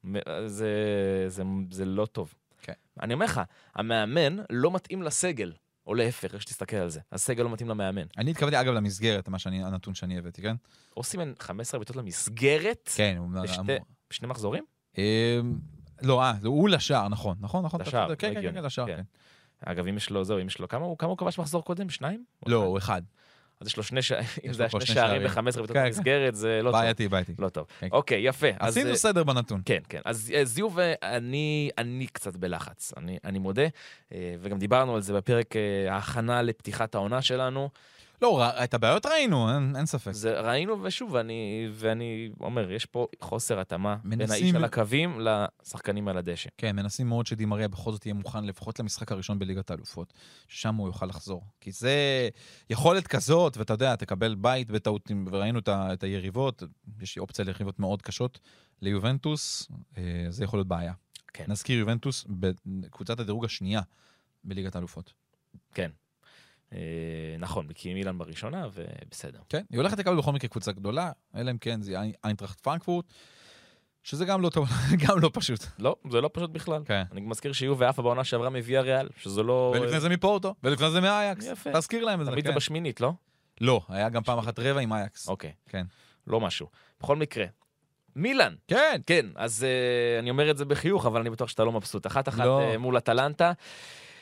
זה לא טוב.
כן.
אני אומר לך, המאמן לא מתאים לסגל. או להפך, איך שתסתכל על זה. הסגל לא מתאים למאמן.
אני התכוונתי, אגב, למסגרת, הנתון שאני הבאתי, כן?
אוסימן 15 בעיטות למסגרת?
כן.
בשני מחזורים?
לא, הוא לשער, נכון.
לשער,
כן, לשער, כן.
אגב, אם יש לו, כמה הוא כבש מחזור קודם? 2?
לא, הוא 1.
אז יש לו 2 שערים ב-15 בעיטות למסגרת, זה לא טוב.
בעייתי.
לא טוב. אוקיי, יפה.
עשינו סדר בנתון.
כן. אז יובה, אני קצת בלחץ, אני מודה, וגם דיברנו על זה בפרק ההכנה לפתיחת העונה שלנו.
לא, את הבעיות ראינו, אין ספק.
זה ראינו, ושוב, ואני אומר, יש פה חוסר התאמה בין האיש על הקווים לשחקנים על הדשא.
כן, מנסים מאוד שדימריה בכל זאת יהיה מוכן לפחות למשחק הראשון בליגת האלופות, ששם הוא יוכל לחזור. כי זה יכולת כזאת, ואתה יודע, תקבל בית בטעות, וראינו את היריבות, יש אופציה ליריבות מאוד קשות ליובנטוס, זה יכול להיות בעיה.
כן.
נזכיר יובנטוס בקבוצת הדירוג השנייה בליגת האלופות.
כן. נכון, כי מילאן בראשונה, ובסדר.
כן, היא הולכת לקבל בכל מקרה קבוצה גדולה, אלא אם כן זה איינטראכט פרנקפורט, שזה גם לא טוב, גם לא פשוט.
לא, זה לא פשוט בכלל.
כן.
אני מזכיר שיובה ואפה בעונה שעברה מוויה ריאל, שזה לא...
ולפני זה מפורטו, ולפני זה מאייקס.
יפה.
תזכיר להם את זה.
תמיד זה בשמינית, לא?
לא, היה גם פעם אחת רבע עם אייקס.
אוקיי.
כן.
לא משהו. בכל מקרה. מילאן.
כן.
כן, אז אני אומר את זה בחיוך, אבל אני בטוח שאתה לא מבסוט. 1-1 מול אטלנטה.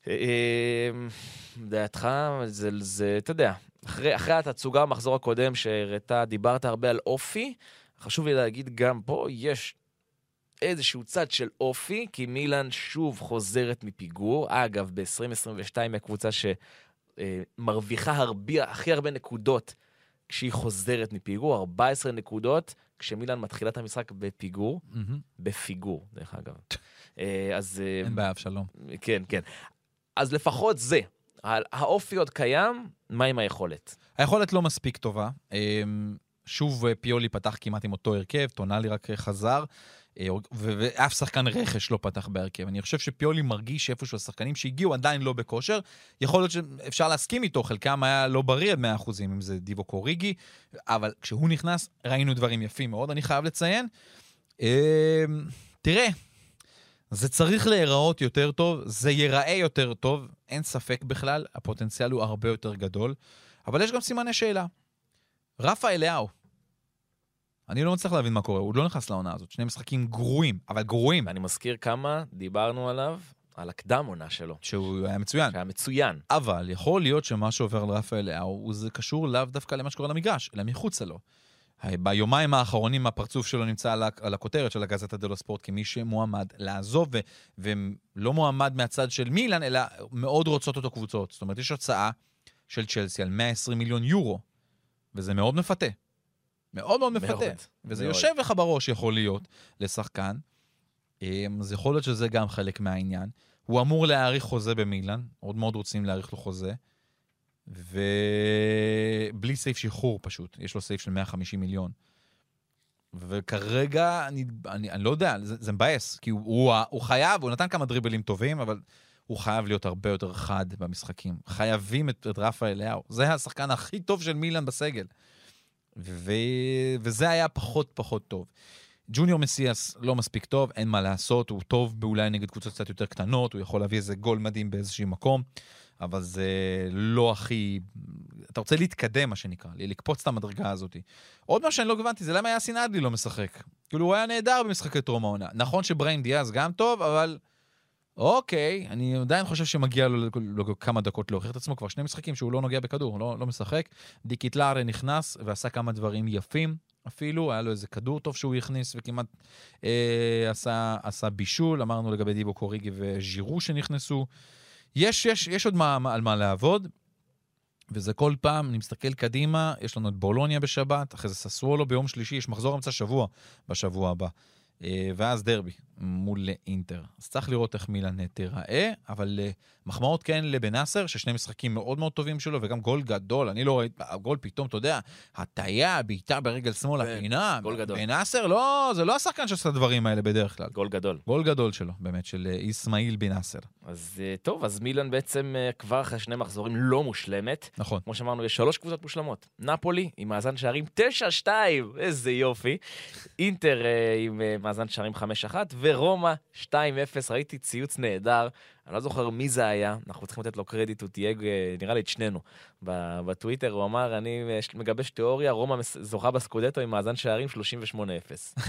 דעתך, זה, אתה יודע, אחרי התצוגה במחזור הקודם שהראתה, דיברת הרבה על אופי, חשוב לי להגיד גם פה, יש איזשהו צד של אופי, כי מילאן שוב חוזרת מפיגור. אגב, ב-2022 הקבוצה שמרוויחה הכי הרבה נקודות כשהיא חוזרת מפיגור, 14 נקודות, כשמילאן מתחילה את המשחק בפיגור, בפיגור, דרך אגב. אז...
אין בעיה, שלום.
כן, כן. אז לפחות זה. האופי עוד קיים, מה עם היכולת?
היכולת לא מספיק טובה. שוב פיולי פתח כמעט עם אותו הרכב, טונאלי רק חזר, ואף שחקן רכש לא פתח בהרכב. אני חושב שפיולי מרגיש שאיפשהו השחקנים שהגיעו עדיין לא בכושר, יכול להיות שאפשר להסכים איתו, חלקם היה לא בריא עד 100%, אם זה דיבו קוריגי, אבל כשהוא נכנס ראינו דברים יפים מאוד, אני חייב לציין. תראה, זה צריך להיראות יותר טוב, זה ייראה יותר טוב, אין ספק בכלל, הפוטנציאל הוא הרבה יותר גדול, אבל יש גם סימני שאלה. רפה אליהו, אני לא מצליח להבין מה קורה, הוא לא נכנס לעונה הזאת, שני משחקים גרועים, אבל גרועים.
אני מזכיר כמה דיברנו עליו, על הקדם עונה שלו.
שהוא היה מצוין.
שהיה מצוין.
אבל יכול להיות שמה שעובר על רפה אליהו, זה קשור לאו דווקא למה שקורה למגרש, אלא מחוץ לו. ביומיים האחרונים הפרצוף שלו נמצא על הכותרת של הגזטה דלו ספורט כמי שמועמד לעזוב, ולא מועמד מהצד של מילאן, אלא מאוד רוצות אותו קבוצות. זאת אומרת, יש הצעה של צ'לסי על 120 מיליון יורו, וזה מאוד מפתה. מאוד מאוד מפתה. וזה יושב לך בראש יכול להיות לשחקן. אז יכול להיות שזה גם חלק מהעניין. הוא אמור להאריך חוזה במילאן, עוד מאוד רוצים להאריך לו חוזה, ובלי סעיף שחרור פשוט. יש לו סעיף של 150 מיליון. וכרגע, אני לא יודע, זה מבאס, כי הוא חייב, הוא נתן כמה דריבלים טובים, אבל הוא חייב להיות הרבה יותר חד במשחקים. חייבים את רפה אליהו. זה השחקן הכי טוב של מילאן בסגל. וזה היה פחות טוב. ג'וניור מסיאס לא מספיק טוב, אין מה לעשות, הוא טוב באולי נגד קבוצות קצת יותר קטנות, הוא יכול להביא איזה גול מדהים באיזשהו מקום, אבל זה לא הכי... אתה רוצה להתקדם, מה שנקרא, לקפוץ את המדרגה הזאת. עוד מה שאני לא הבנתי, זה למה יאסין אדלי לא משחק. כאילו הוא היה נהדר במשחקי טרום העונה. נכון שבריין דיאז גם טוב, אבל... אוקיי, אני עדיין חושב שמגיע לו כמה דקות להוכיח את עצמו, כבר שני משחקים שהוא לא נוגע בכדור, לא משחק. דיקיטלארה נכנס ועשה כמה דברים יפים, אפילו, היה לו איזה כדור טוב שהוא הכניס, וכמעט עשה בישול, אמרנו לגבי דיבו קוריגי וז'ירו שנכנסו. יש עוד על מה לעבוד, וזה כל פעם, אני מסתכל קדימה, יש לנו את בולוניה בשבת, אחרי זה ססוולו ביום שלישי, יש מחזור אמצע שבוע בשבוע הבא. ואז דרבי מול אינטר. אז צריך לראות איך מילאן תיראה, אבל מחמאות כן לבן נאסר, ששני משחקים מאוד מאוד טובים שלו, וגם גול גדול, אני לא ראיתי, הגול פתאום, אתה יודע, הטיה, בעיטה ברגל שמאל הפינה,
גול גדול.
בן נאסר, לא, זה לא השחקן שעושה הדברים האלה בדרך כלל.
גול גדול.
גול גדול שלו, באמת, של איסמעיל בן נאסר.
אז טוב, אז מילאן בעצם כבר אחרי שני מחזורים לא מושלמת.
נכון.
כמו שאמרנו, יש 3 קבוצות מושלמות. נפולי עם מאזן שערים 9-2, איזה יופי. אינטר עם מאזן שערים 5-1, ורומא 2-0, ראיתי ציוץ נהדר, אני לא זוכר מי זה היה, אנחנו צריכים לתת לו קרדיט, הוא תייג, נראה לי את שנינו, בטוויטר, הוא אמר, אני מגבש תיאוריה, רומא זוכה בסקודטו עם מאזן שערים 38-0.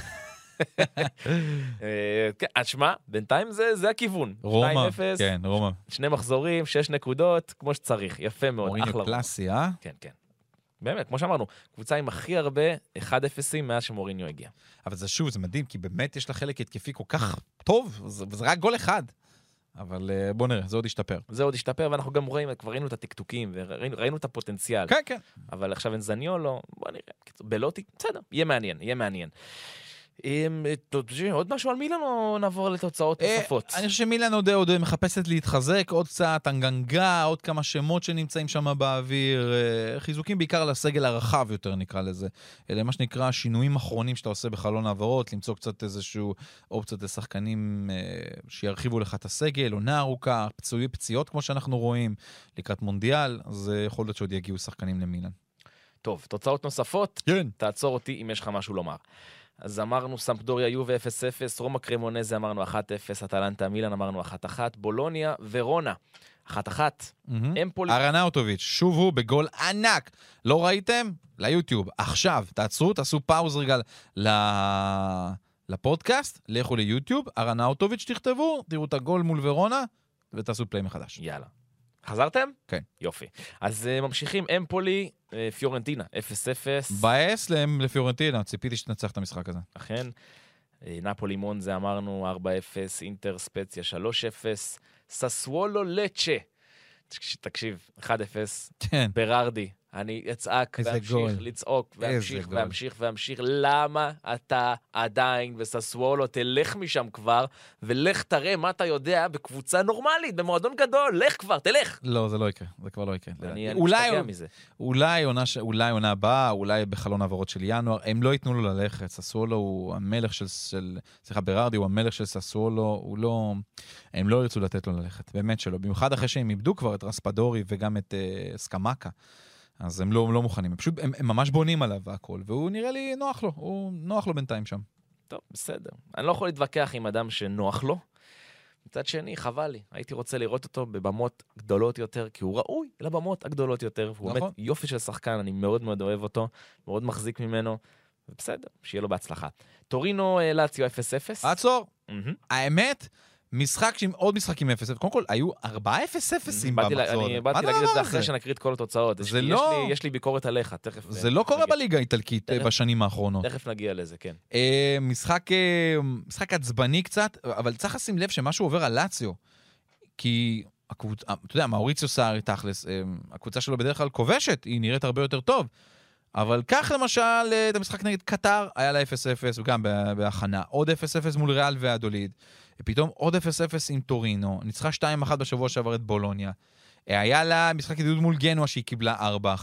אז שמה, בינתיים זה הכיוון.
רומא, כן, רומא.
2 מחזורים, 6 נקודות, כמו שצריך, יפה מאוד, אחלה רומא.
מוריניו קלאסי, אה?
כן, כן. באמת, כמו שאמרנו, קבוצה עם הכי הרבה 1-0 מאז שמוריניו הגיע.
אבל זה שוב, זה מדהים, כי באמת יש לה חלק התקפי כל כך טוב, וזה רק גול אחד. אבל בוא נראה, זה עוד ישתפר.
זה עוד ישתפר, ואנחנו גם רואים, כבר ראינו את הטקטוקים, וראינו את הפוטנציאל.
כן, כן.
אבל עכשיו אין זניולו, בוא נראה, בלוטי, בסדר, יהיה מעניין. עוד משהו על מילאן או נעבור לתוצאות נוספות?
אני חושב שמילאן עוד מחפשת להתחזק, עוד קצת אנגנגה, עוד כמה שמות שנמצאים שם באוויר, חיזוקים בעיקר לסגל הרחב יותר נקרא לזה. אלה מה שנקרא שינויים אחרונים שאתה עושה בחלון העברות, למצוא קצת איזשהו אופציות לשחקנים שירחיבו לך את הסגל, עונה ארוכה, פציעות כמו שאנחנו רואים, לקראת מונדיאל, אז יכול להיות שעוד יגיעו שחקנים למילאן.
טוב, תוצאות נוספות?
כן.
תעצור אותי אם יש לך משהו לומר. אז אמרנו סמפדוריה יובה 0-0, רומא קרמונזה אמרנו 1-0, אטלנטה מילאן אמרנו 1-1, בולוניה ורונה 1-1. אמפולי...
ארנאוטוביץ', שוב הוא בגול ענק. לא ראיתם? ליוטיוב. עכשיו, תעצרו, תעשו פאוז רגע לפודקאסט, לכו ליוטיוב, ארנאוטוביץ' תכתבו, תראו את הגול מול ורונה, ותעשו פליי מחדש.
יאללה. חזרתם?
כן.
יופי. אז ממשיכים, אמפולי, פיורנטינה, 0-0.
בייס לפיורנטינה, ציפיתי שתנצח את המשחק הזה.
אכן. נפולי מונזה אמרנו 4-0, אינטר ספציה 3-0, ססוולו לצ'ה. תקשיב, 1-0,
כן.
ברארדי. אני אצעק ואמשיך לצעוק ואמשיך. למה אתה עדיין בססוולו? תלך משם כבר, ולך תראה מה אתה יודע בקבוצה נורמלית, במועדון גדול. לך כבר, תלך.
לא, זה לא יקרה. זה כבר לא יקרה.
אני משתגע מזה.
אולי עונה הבאה, אולי בחלון העברות של ינואר, הם לא ייתנו לו ללכת. ססוולו הוא המלך סליחה, ברארדי הוא המלך של ססוולו, הם לא ירצו לתת לו ללכת. באמת שלא. במיוחד אחרי שהם איבדו כבר את רספדורי וגם את סקמקה. אז הם לא מוכנים, הם ממש בונים עליו והכל, והוא נראה לי נוח לו בינתיים שם.
טוב, בסדר. אני לא יכול להתווכח עם אדם שנוח לו. מצד שני, חבל לי. הייתי רוצה לראות אותו בבמות גדולות יותר, כי הוא ראוי לבמות הגדולות יותר, והוא באמת יופי של שחקן, אני מאוד מאוד אוהב אותו, מאוד מחזיק ממנו, ובסדר, שיהיה לו בהצלחה. טורינו לאציו 0-0.
עצור. האמת, משחק עם עוד משחקים 0-0. קודם כל, היו 4-0-0 במחזור.
אני באתי להגיד את זה אחרי שנקריא את כל התוצאות. יש לי ביקורת עליך, תכף.
זה לא קורה בליגה האיטלקית בשנים האחרונות.
תכף נגיע לזה, כן.
משחק עצבני קצת, אבל צריך לשים לב שמשהו עובר על לאציו. כי, אתה יודע, מאוריציו סארי תכלס, הקבוצה שלו בדרך כלל כובשת, היא נראית הרבה יותר טוב. אבל כך למשל, את המשחק נגד קטר, היה לה 0-0, וגם בהכנה. עוד 0-0 מול ריאל והדוליד. פתאום עוד 0-0 עם טורינו, ניצחה 2-1 בשבוע שעבר את בולוניה. היה לה משחק ידידות מול גנואה שהיא קיבלה 4-1.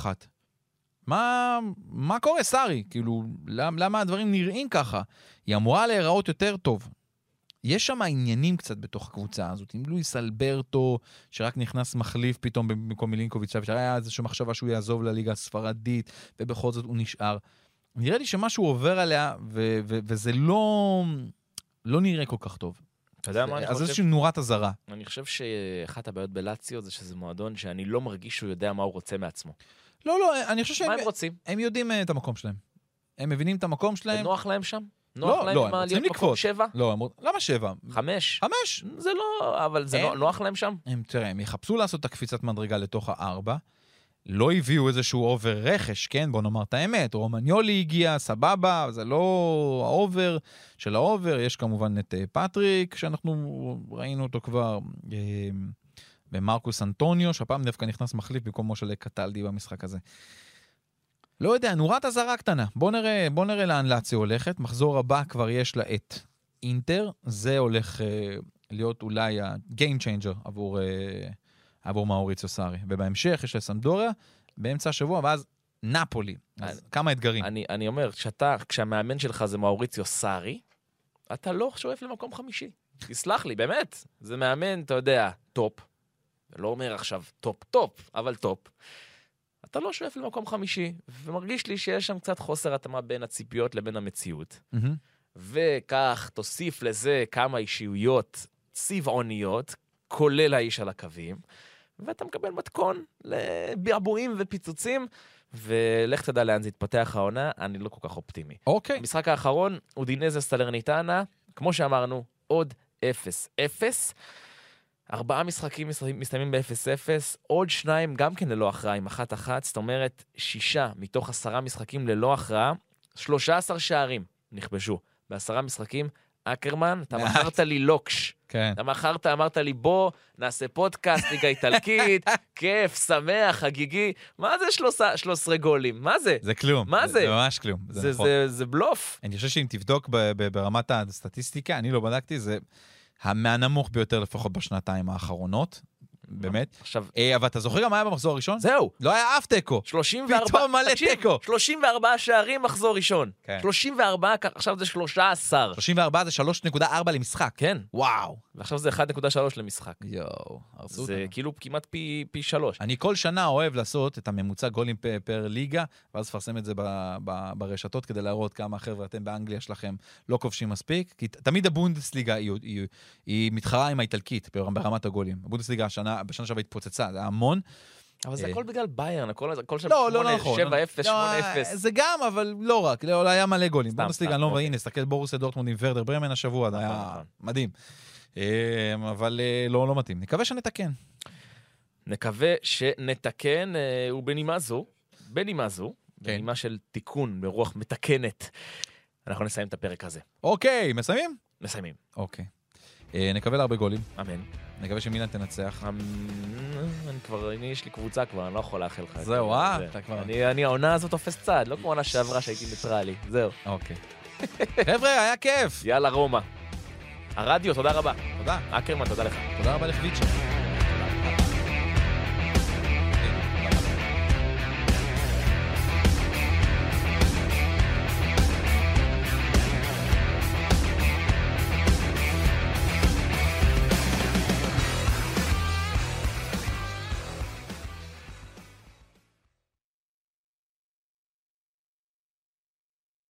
מה קורה, סארי? כאילו, למה הדברים נראים ככה? היא אמורה להיראות יותר טוב. יש שם עניינים קצת בתוך הקבוצה הזאת. עם לואיס אלברטו, שרק נכנס מחליף פתאום במקום מילינקוביץ', היה איזושהי מחשבה שהוא יעזוב לליגה הספרדית, ובכל זאת הוא נשאר. נראה לי שמשהו עובר עליה, וזה לא נראה כל כך טוב.
אתה יודע מה אני חושב?
אז איזושהי נורת הזרה.
אני חושב שאחת הבעיות בלאציו זה שזה מועדון שאני לא מרגיש שהוא יודע מה הוא רוצה מעצמו.
לא, אני חושב שהם...
מה הם רוצים?
הם יודעים את המקום שלהם. הם מבינים את המקום שלהם.
ונוח להם שם?
לא, הם רוצים לקפוץ.
7?
לא, למה 7?
5?
5?
זה לא, אבל זה נוח להם שם?
תראה, הם יחפשו לעשות את הקפיצת מדרגה לתוך 4, לא הביאו איזשהו אובר רכש, כן? בוא נאמר את האמת, רומניולי הגיע, סבבה, זה לא האובר של האובר, יש כמובן את פטריק, שאנחנו ראינו אותו כבר, ומרקוס אנטוניו, שהפעם דווקא נכנס מחליף במקום משה קטלדי במשחק הזה. לא יודע, נורת הזרה קטנה. בוא נראה לאן לאציו הולכת. מחזור הבא כבר יש לה את אינטר, זה הולך להיות אולי ה-game changer עבור מאוריציו סארי. ובהמשך יש לסמדוריה, באמצע השבוע, ואז נפולי. אז כמה אתגרים.
אני אומר, כשהמאמן שלך זה מאוריציו סארי, אתה לא שואף למקום 5. תסלח לי, באמת. זה מאמן, אתה יודע, טופ. לא אומר עכשיו טופ, אבל טופ. אתה לא שואף למקום 5, ומרגיש לי שיש שם קצת חוסר התאמה בין הציפיות לבין המציאות. וכך תוסיף לזה כמה אישיויות צבעוניות, כולל האיש על הקווים, ואתה מקבל מתכון לביעבועים ופיצוצים, ולך תדע לאן זה יתפתח העונה, אני לא כל כך אופטימי.
אוקיי.
המשחק האחרון, אודינזה סלרניטנה, כמו שאמרנו, עוד 0-0. 4 משחקים מסתיימים ב-0-0, עוד 2 גם כן ללא הכרעה עם 1-1, זאת אומרת 6 מתוך 10 משחקים ללא הכרעה, 13 שערים נכבשו. ב10 משחקים, אקרמן, אתה מכרת לי לוקש.
כן.
אתה מכרת, אמרת לי, בוא, נעשה פודקאסט, ליגה איטלקית, כיף, שמח, חגיגי. מה זה 13 גולים? מה זה?
זה כלום.
מה זה?
זה ממש כלום.
זה בלוף.
אני חושב שאם תבדוק ברמת הסטטיסטיקה, אני לא בדקתי, זה מהנמוך ביותר לפחות בשנתיים האחרונות. באמת. עכשיו, אבל אתה זוכר גם מה היה במחזור הראשון?
זהו.
לא היה אף טקו.
34.
פתאום מלא טקו.
34 שערים מחזור ראשון.
כן.
34, עכשיו זה 13.
34 זה 3.4 למשחק.
כן.
וואו.
ועכשיו זה 1.3 למשחק.
יואו.
זה כאילו כמעט פי 3.
אני כל שנה אוהב לעשות את הממוצע גולים פר ליגה, ואז לפרסם את זה ברשתות כדי להראות כמה חבר'ה אתם באנגליה שלכם לא כובשים מספיק, כי תמיד הבונדסליגה היא מתחרה עם האיטלקית ברמת הגולים. הבונדסליגה בשנה שעברה התפוצצה, זה המון.
אבל זה הכל בגלל ביירן, הכל שם 7-0, 8-0.
זה גם, אבל לא רק, היה מלא גולים. בונדסליגה, אני לא מבין, נסתכל בורוסיה דורטמונד עם ורדר ברמן השבוע, זה היה מדהים. אבל לא מתאים. נקווה שנתקן.
נקווה שנתקן, ובנימה זו, בנימה של תיקון ברוח מתקנת, אנחנו נסיים את הפרק הזה.
אוקיי, מסיימים?
מסיימים.
אוקיי. נקווה להרבה גולים.
אמן.
נקווה שמילאן תנצח.
יש לי קבוצה כבר, אני לא יכול לאחל לך.
זהו, אתה כבר...
אני העונה הזאת תופס צד, לא כמו עונה שעברה שהייתי ניטרלי. זהו.
אוקיי. חבר'ה, היה כיף.
יאללה רומא. הרדיו, תודה רבה.
תודה.
אקרמן, תודה לך.
תודה רבה לחביצ'ה.